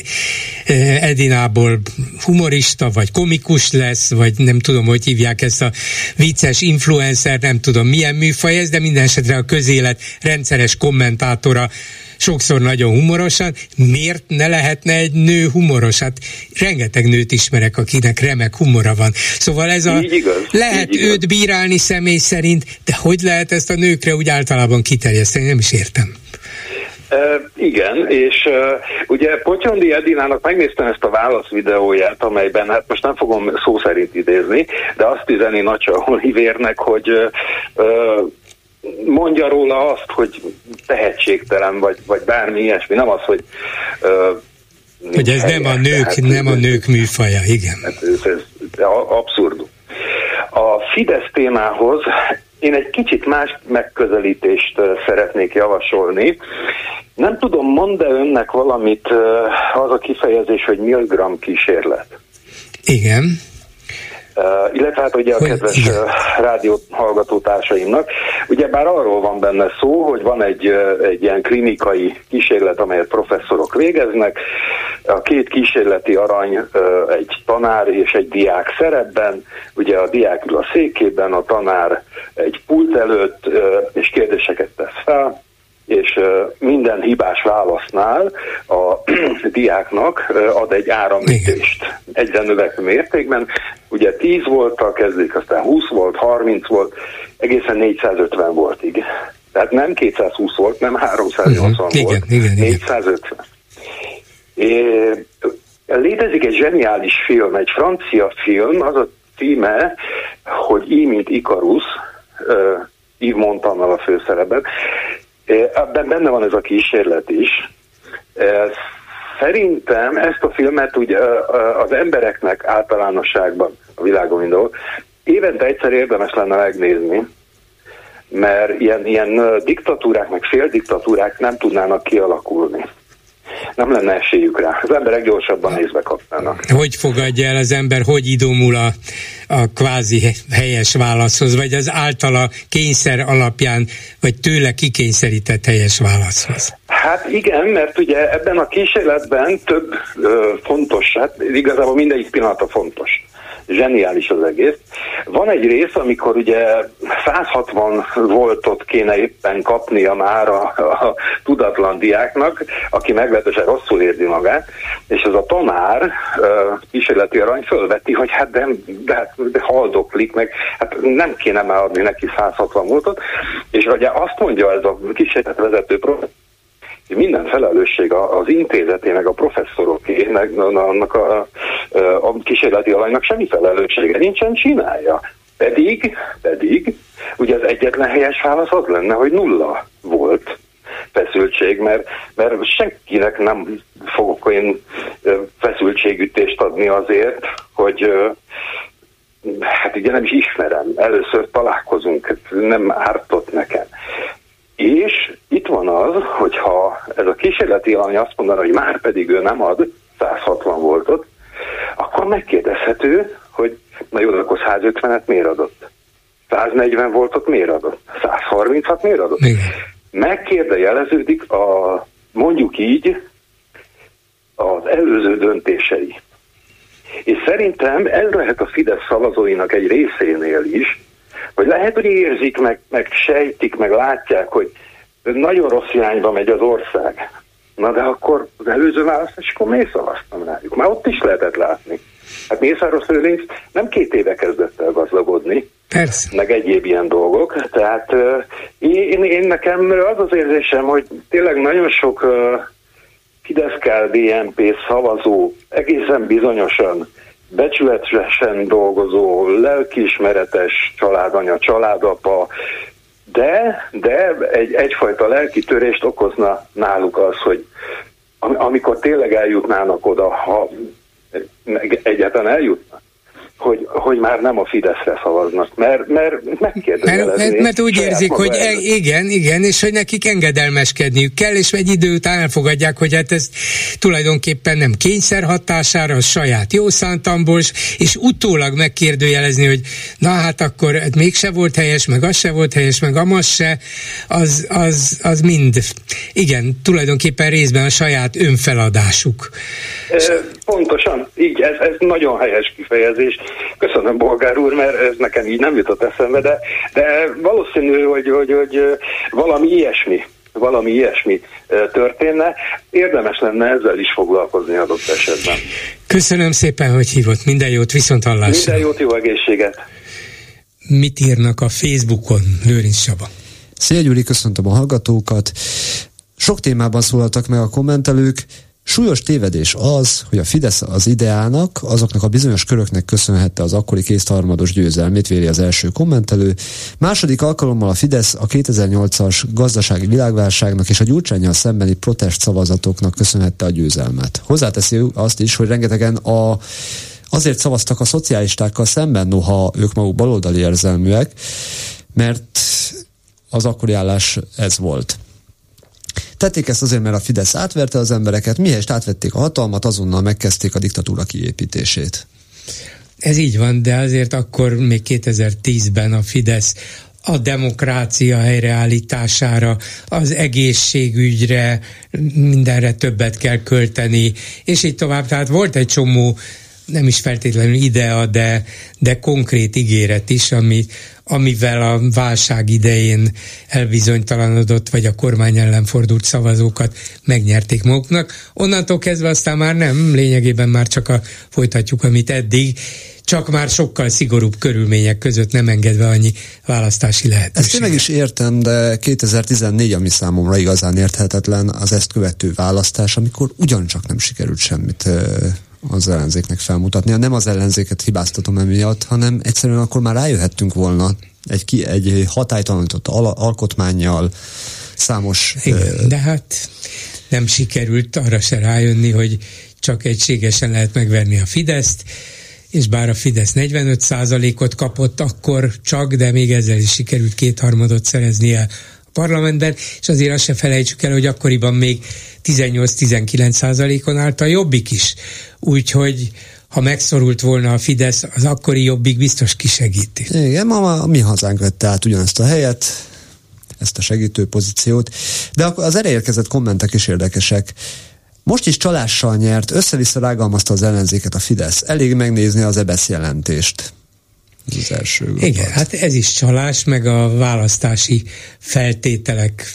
Edinából humorista, vagy komikus lesz, vagy nem tudom, hogy hívják ezt a vicces influencer, nem tudom milyen műfaj ez, de minden esetre a közélet rendszeres kommentátora, sokszor nagyon humorosan, miért ne lehetne egy nő humoros? Hát rengeteg nőt ismerek, akinek remek humora van. Szóval ez a... Igaz, lehet őt bírálni személy szerint, de hogy lehet ezt a nőkre úgy általában kiterjeszteni? Nem is értem. Uh, igen, és uh, ugye Pottyondi Edinának megnéztem ezt a válasz videóját, amelyben, hát most nem fogom szó szerint idézni, de azt üzeni Nacsa Olivérnek, hogy uh, uh, mondja róla azt, hogy tehetségtelen, vagy, vagy bármi ilyesmi, nem az, hogy uh, hogy ez helye, nem a nők, tehát, nem a nők műfaja, igen. Hát ez, ez abszurdum. A Fidesz témához én egy kicsit más megközelítést szeretnék javasolni. Nem tudom, mond-e önnek valamit az a kifejezés, hogy Milgram kísérlet? Igen. Uh, illetve hát ugye a kedves uh, rádió hallgatótársaimnak, ugyebár arról van benne szó, hogy van egy, uh, egy ilyen klinikai kísérlet, amelyet professzorok végeznek. A két kísérleti arany uh, egy tanár és egy diák szerepben, ugye a diák ül a székében, a tanár egy pult előtt, uh, és kérdéseket tesz fel, és uh, minden hibás válasznál a diáknak uh, ad egy áramütést. Egyre növekvő mértékben. Ugye tíz volttal kezdik, aztán húsz volt, harminc volt, egészen négyszázötven voltig. Tehát nem kétszázhúsz volt, nem háromszáznyolcvan uh-huh. volt, igen, igen, négyszázötven. É, létezik egy zseniális film, egy francia film, az a címe, hogy Így, mint Ikarus, uh, Yves Montandal a főszerepben. Ebben benne van ez a kísérlet is. Szerintem ezt a filmet úgy az embereknek általánosságban a világon mindenhol évente egyszer érdemes lenne megnézni, mert ilyen, ilyen diktatúrák, meg féldiktatúrák nem tudnának kialakulni. Nem lenne esélyük rá. Az emberek gyorsabban észbe kapnának. Hogy fogadja el az ember, hogy idomul a, a kvázi helyes válaszhoz, vagy az általa kényszer alapján, vagy tőle kikényszerített helyes válaszhoz? Hát igen, mert ugye ebben a kísérletben több ö, fontos, hát igazából mindegyik pillanata fontos. Zseniális az egész. Van egy rész, amikor ugye százhatvan voltot kéne éppen kapnia már a, a tudatlan diáknak, aki meglehetősen rosszul érzi magát, és ez a tanár kísérleti arany fölveti, hogy hát de, de, de haldoklik meg, hát nem kéne már adni neki százhatvan voltot, és ugye azt mondja ez a kísérletvezető professzor, minden felelősség az intézeté, meg a professzoroké, meg annak a a kísérleti alanynak semmi felelőssége nincsen, csinálja. Pedig, pedig, ugye az egyetlen helyes válasz az lenne, hogy nulla volt feszültség, mert, mert senkinek nem fogok én feszültségütést adni azért, hogy hát ugye nem is ismerem, először találkozunk, nem ártott nekem. És itt van az, hogyha ez a kísérleti alany azt mondaná, hogy már pedig ő nem ad száz hatvan voltot, akkor megkérdezhető, hogy na jó, akkor száz ötvenet miért adott? száz negyven voltot miért adott? száz harmincat miért adott? Igen. Megkérdejeleződik a, mondjuk így, az előző döntései. És szerintem ez lehet a Fidesz szavazóinak egy részénél is, hogy lehet, hogy érzik, meg, meg sejtik, meg látják, hogy nagyon rossz irányba megy az ország. Na de akkor az előző választáskor miért szavaztam rájuk? Már ott is lehetett látni. Hát Mészáros Lőrinc nem két éve kezdett el gazdagodni, persze, meg egyéb ilyen dolgok. Tehát uh, én, én nekem az az érzésem, hogy tényleg nagyon sok uh, Fidesz-ká dé en pé szavazó egészen bizonyosan becsületesen dolgozó, lelkiismeretes családanya, családapa, de, de egy, egyfajta lelki törést okozna náluk az, hogy amikor tényleg eljutnának oda, ha egyáltalán eljutnak, hogy, hogy már nem a Fideszre szavaznak, mert, mert megkérdezelezni. Mert, mert úgy érzik, hogy e, igen, igen, és hogy nekik engedelmeskedniük kell, és egy idő után elfogadják, hogy hát ez tulajdonképpen nem kényszer hatására, a saját jó szántamból, és utólag megkérdőjelezni, hogy na hát akkor ez mégse volt helyes, meg az se volt helyes, meg amaz se, az, az, az mind, igen, tulajdonképpen részben a saját önfeladásuk. E, pontosan, így, ez, ez nagyon helyes kifejezés. Köszönöm, Bolgár úr, mert ez nekem így nem jutott eszembe, de, de valószínű, hogy, hogy, hogy valami ilyesmi, valami ilyesmi történne. Érdemes lenne ezzel is foglalkozni adott esetben. Köszönöm szépen, hogy hívott. Minden jót, viszont hallásra. Minden jót, jó egészséget. Mit írnak a Facebookon, Lőrinc Csaba? Szia Gyuri, köszöntöm a hallgatókat. Sok témában szólaltak meg a kommentelők. Súlyos tévedés az, hogy a Fidesz az ideának, azoknak a bizonyos köröknek köszönhette az akkori kétharmados győzelmét, véli az első kommentelő. Második alkalommal a Fidesz a kétezer-nyolcas gazdasági világválságnak és a Gyurcsánnyal szembeni protest szavazatoknak köszönhette a győzelmet. Hozzáteszi azt is, hogy rengetegen a, azért szavaztak a szocialistákkal szemben, noha ők maguk baloldali érzelműek, mert az akkori állás ez volt. Tették ezt azért, mert a Fidesz átverte az embereket, mihelyest átvették a hatalmat, azonnal megkezdték a diktatúra kiépítését. Ez így van, de azért akkor még kétezer-tízben a Fidesz a demokrácia helyreállítására, az egészségügyre, mindenre többet kell költeni, és így tovább. Tehát volt egy csomó, nem is feltétlenül idea, de, de konkrét ígéret is, ami, amivel a válság idején elbizonytalanodott, vagy a kormány ellen fordult szavazókat megnyerték maguknak. Onnantól kezdve aztán már nem, lényegében már csak a, folytatjuk, amit eddig, csak már sokkal szigorúbb körülmények között, nem engedve annyi választási lehetőséget. Ezt én meg is értem, de kétezer-tizennégy, ami számomra igazán érthetetlen, az ezt követő választás, amikor ugyancsak nem sikerült semmit az ellenzéknek felmutatnia. Nem az ellenzéket hibáztatom emiatt, hanem egyszerűen akkor már rájöhettünk volna egy, ki, egy hatálytalanított al- alkotmánnyal, számos... Igen, uh, de hát nem sikerült arra se rájönni, hogy csak egységesen lehet megverni a Fideszt, és bár a Fidesz negyvenöt százalékot kapott akkor csak, de még ezzel is sikerült kétharmadot szereznie a parlamentben, és azért azt se felejtsük el, hogy akkoriban még tizennyolc-tizenkilenc százalékon állt a Jobbik is. Úgyhogy ha megszorult volna a Fidesz, az akkori Jobbik biztos kisegíti. Igen, ma a mi hazánk vette át ugyanezt a helyet, ezt a segítő pozíciót, de az erre érkezett kommentek is érdekesek. Most is csalással nyert, össze-vissza rágalmazta az ellenzéket a Fidesz. Elég megnézni az EBESZ jelentést. Ez az első gondol. Igen, hát ez is csalás, meg a választási feltételek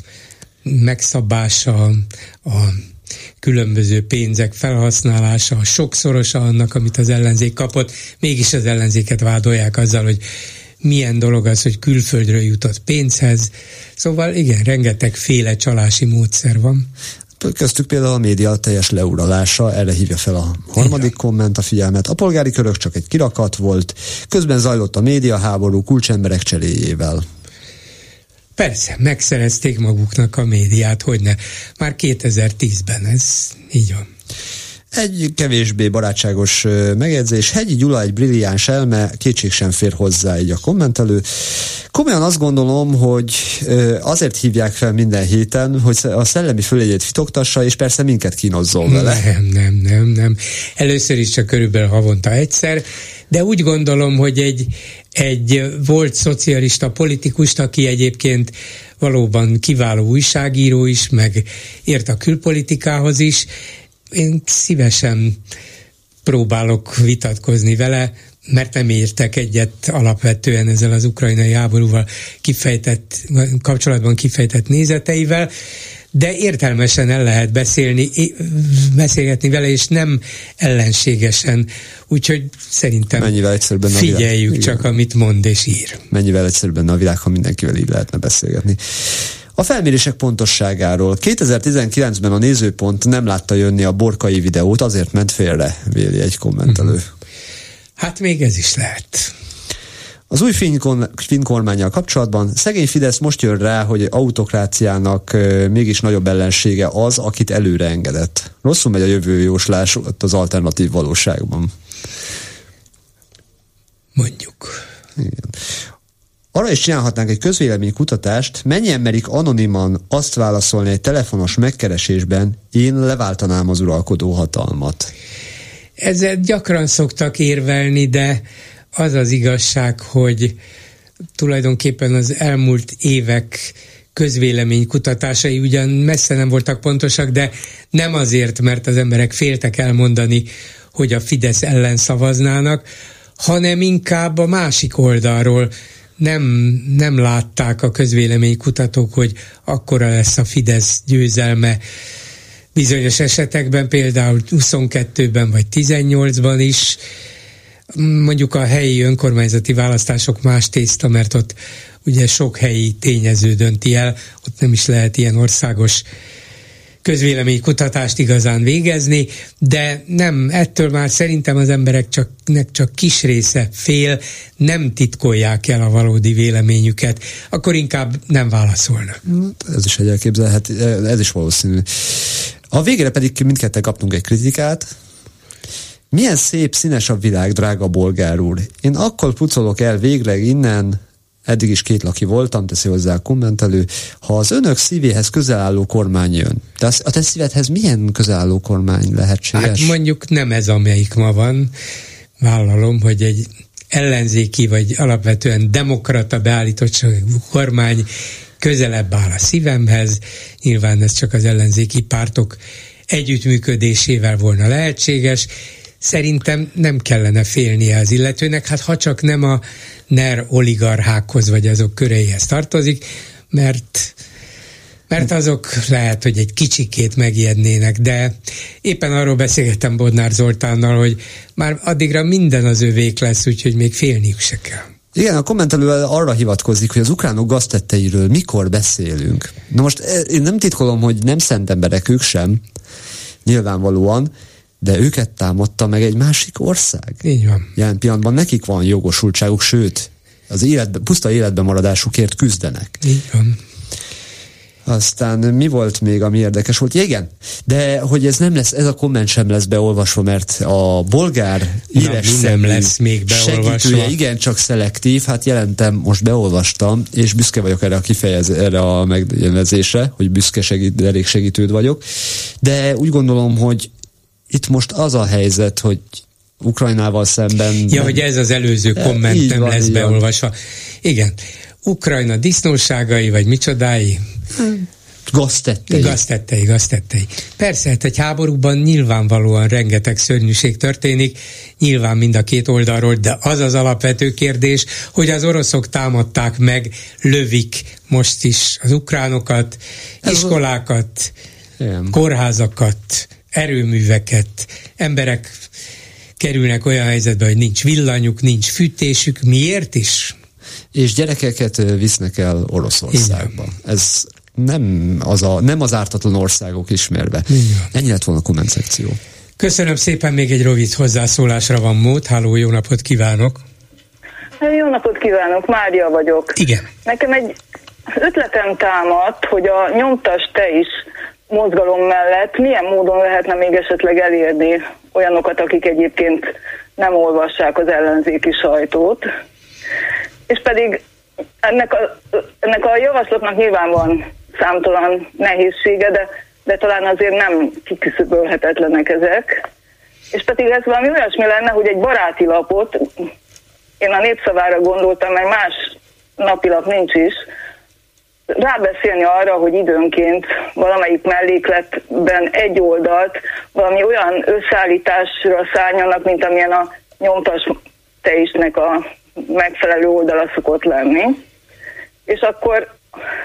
megszabása, a különböző pénzek felhasználása, a sokszorosa annak, amit az ellenzék kapott. Mégis az ellenzéket vádolják azzal, hogy milyen dolog az, hogy külföldről jutott pénzhez. Szóval igen, rengeteg féle csalási módszer van. köztük például a média teljes leuralása, erre hívja fel a harmadik komment a figyelmet. A polgári körök csak egy kirakat volt, közben zajlott a média háború kulcsemberek cseréjével. Persze, megszerezték maguknak a médiát, hogyne. Már kétezer-tízben ez így van. Egy kevésbé barátságos megjegyzés. Hegyi Gyula egy brilliáns elme, kétség sem fér hozzá, így a kommentelő. Komolyan azt gondolom, hogy azért hívják fel minden héten, hogy a szellemi fölényét fitogtassa, és persze minket kínozzol vele. Nem, nem, nem, nem. Először is csak körülbelül havonta egyszer, de úgy gondolom, hogy egy, egy volt szocialista politikust, aki egyébként valóban kiváló újságíró is, meg ért a külpolitikához is, én szívesen próbálok vitatkozni vele, mert nem értek egyet alapvetően ezzel az ukrajnai háborúval kifejtett, kapcsolatban kifejtett nézeteivel, de értelmesen el lehet beszélni, beszélgetni vele, és nem ellenségesen. Úgyhogy szerintem figyeljük csak, amit mond és ír. Mennyivel egyszerűbb benne a világ, ha mindenkivel így lehetne beszélgetni. A felmérések pontosságáról. kétezer-tizenkilencben a Nézőpont nem látta jönni a Borkai videót, azért ment félre, véli egy kommentelő. Hát még ez is lehet. Az új finn kormánnyal kapcsolatban szegény Fidesz most jön rá, hogy autokráciának mégis nagyobb ellensége az, akit előre engedett. Rosszul megy a jövőjóslás az alternatív valóságban. Mondjuk. Igen. Arra is csinálhatnánk egy közvéleménykutatást, mennyien merik anoniman azt válaszolni egy telefonos megkeresésben, én leváltanám az uralkodó hatalmat. Ezzel gyakran szoktak érvelni, de az az igazság, hogy tulajdonképpen az elmúlt évek közvéleménykutatásai ugyan messze nem voltak pontosak, de nem azért, mert az emberek féltek elmondani, hogy a Fidesz ellen szavaznának, hanem inkább a másik oldalról. Nem, nem látták a közvéleménykutatók, hogy akkora lesz a Fidesz győzelme bizonyos esetekben, például huszonkettőben vagy tizennyolcban is. Mondjuk a helyi önkormányzati választások más tészta, mert ott ugye sok helyi tényező dönti el, ott nem is lehet ilyen országos közvéleménykutatást igazán végezni, de nem, ettől már szerintem az emberek csak, csak kis része fél, nem titkolják el a valódi véleményüket, akkor inkább nem válaszolnak. Ez is egy elképzelhet, ez is valószínű. A végére pedig mindketten kaptunk egy kritikát. Milyen szép, színes a világ, drága bolgár úr. Én akkor pucolok el végre innen, eddig is két laki voltam, teszi hozzá a kommentelő, ha az önök szívéhez közel álló kormány jön. De a te szívedhez milyen közel álló kormány lehetséges? Hát mondjuk nem ez, amelyik ma van. Vállalom, hogy egy ellenzéki vagy alapvetően demokrata beállítottságú kormány közelebb áll a szívemhez. Nyilván ez csak az ellenzéki pártok együttműködésével volna lehetséges. Szerintem nem kellene félnie az illetőnek, hát ha csak nem a NER oligarchákhoz vagy azok köreihez tartozik, mert, mert azok lehet, hogy egy kicsikét megijednének, de éppen arról beszélgettem Bodnár Zoltánnal, hogy már addigra minden az övék lesz, úgyhogy még félniük se kell. Igen, a kommentelő arra hivatkozik, hogy az ukránok gaztetteiről mikor beszélünk. Na most én nem titkolom, hogy nem szent emberek ők sem, nyilvánvalóan, de őket támadta meg egy másik ország. Így van. Jelen pillanatban nekik van jogosultságuk, sőt, az életbe, puszta életben maradásukért küzdenek. Így van. Aztán mi volt még, ami érdekes volt? Ja, igen, de hogy ez nem lesz, ez a komment sem lesz beolvasva, mert a bolgár íres Na, nem lesz még beolvasva. Segítője igen csak szelektív, hát jelentem, most beolvastam, és büszke vagyok erre a kifejez, erre a megjelenezésre, hogy büszke segít, elég segítőd vagyok, de úgy gondolom, hogy itt most az a helyzet, hogy Ukrajnával szemben... Ja, nem, hogy ez az előző komment nem van, lesz beolvasva. Van. Igen. Ukrajna disznóságai, vagy micsodái? Gaztettei. Gaztettei, gaztettei. Persze, hát egy háborúban nyilvánvalóan rengeteg szörnyűség történik, nyilván mind a két oldalról, de az az alapvető kérdés, hogy az oroszok támadták meg, lövik most is az ukránokat, iskolákat, igen, kórházakat, erőműveket, emberek kerülnek olyan helyzetbe, hogy nincs villanyuk, nincs fűtésük, miért is? És gyerekeket visznek el Oroszországba. Ez nem az, a, nem az ártatlan országok ismerve. Igen. Ennyi lett volna a komment szekció. Köszönöm szépen, még egy rövid hozzászólásra van mód. Háló, jó napot kívánok! Jó napot kívánok, Mária vagyok. Igen. Nekem egy ötletem támadt, hogy a Nyomtass te is mozgalom mellett milyen módon lehetne még esetleg elérni olyanokat, akik egyébként nem olvassák az ellenzéki sajtót. És pedig ennek a, ennek a javaslatnak nyilván van számtalan nehézsége, de, de talán azért nem kiküszöbölhetetlenek ezek. És pedig ez valami olyasmi lenne, hogy egy baráti lapot, én a Népszavára gondoltam, mert más napilap nincs is, rábeszélni arra, hogy időnként valamelyik mellékletben egy oldalt valami olyan összeállításra szálljanak, mint amilyen a Nyomtass te isnek a megfelelő oldala szokott lenni. És akkor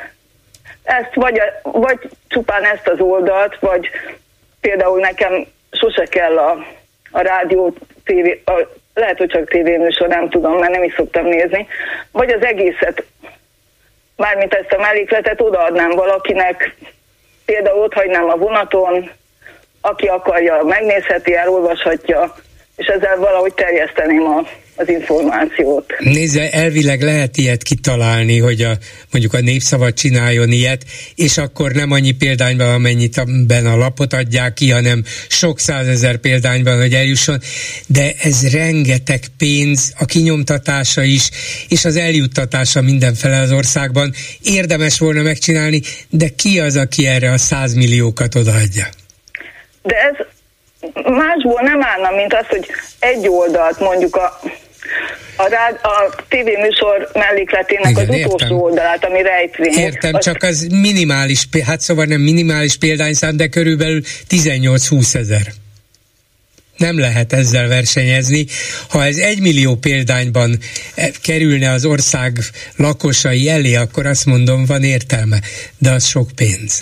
ezt vagy, vagy csupán ezt az oldalt, vagy például nekem sose kell a, a rádió, tévé, a, lehet, hogy csak tévéműsor, nem tudom, mert nem is szoktam nézni, vagy az egészet, mármint ezt a mellékletet odaadnám valakinek, például ott hagynám a vonaton, aki akarja, megnézheti, elolvashatja, és ezzel valahogy terjeszteném a, az információt. Nézze, elvileg lehet ilyet kitalálni, hogy a, mondjuk a Népszava csináljon ilyet, és akkor nem annyi példányban, amennyit ben a lapot adják ki, hanem sok százezer példányban, hogy eljusson, de ez rengeteg pénz, a kinyomtatása is, és az eljuttatása mindenfele az országban. Érdemes volna megcsinálni, de ki az, aki erre a százmilliókat odaadja? De ez másból nem állna, mint az, hogy egy oldalt mondjuk a, a, rád, a tévéműsor mellékletének igen, az utolsó értem. Oldalát, ami rejtvény. Értem, az... csak az minimális, hát szóval nem minimális példányszám, de körülbelül tizennyolc-húsz ezer. Nem lehet ezzel versenyezni. Ha ez egymillió példányban kerülne az ország lakosai elé, akkor azt mondom, van értelme, de az sok pénz.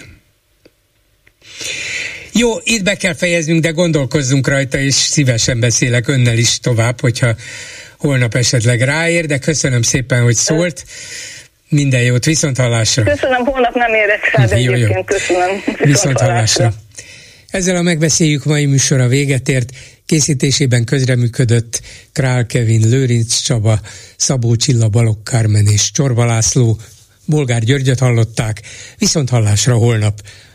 Jó, itt be kell fejeznünk, de gondolkozzunk rajta, és szívesen beszélek önnel is tovább, hogyha holnap esetleg ráér, de köszönöm szépen, hogy szólt. Minden jót, viszonthallásra. Köszönöm, holnap nem érek rá, de jó, egyébként jó. Köszönöm. Viszonthallásra. Ezzel a megbeszéljük mai műsora véget ért. Készítésében közreműködött Král Kevin, Lőrinc Csaba, Szabó Csilla, Balogh Kármen és Csorba László. Bolgár Györgyöt hallották. Viszonthallásra holnap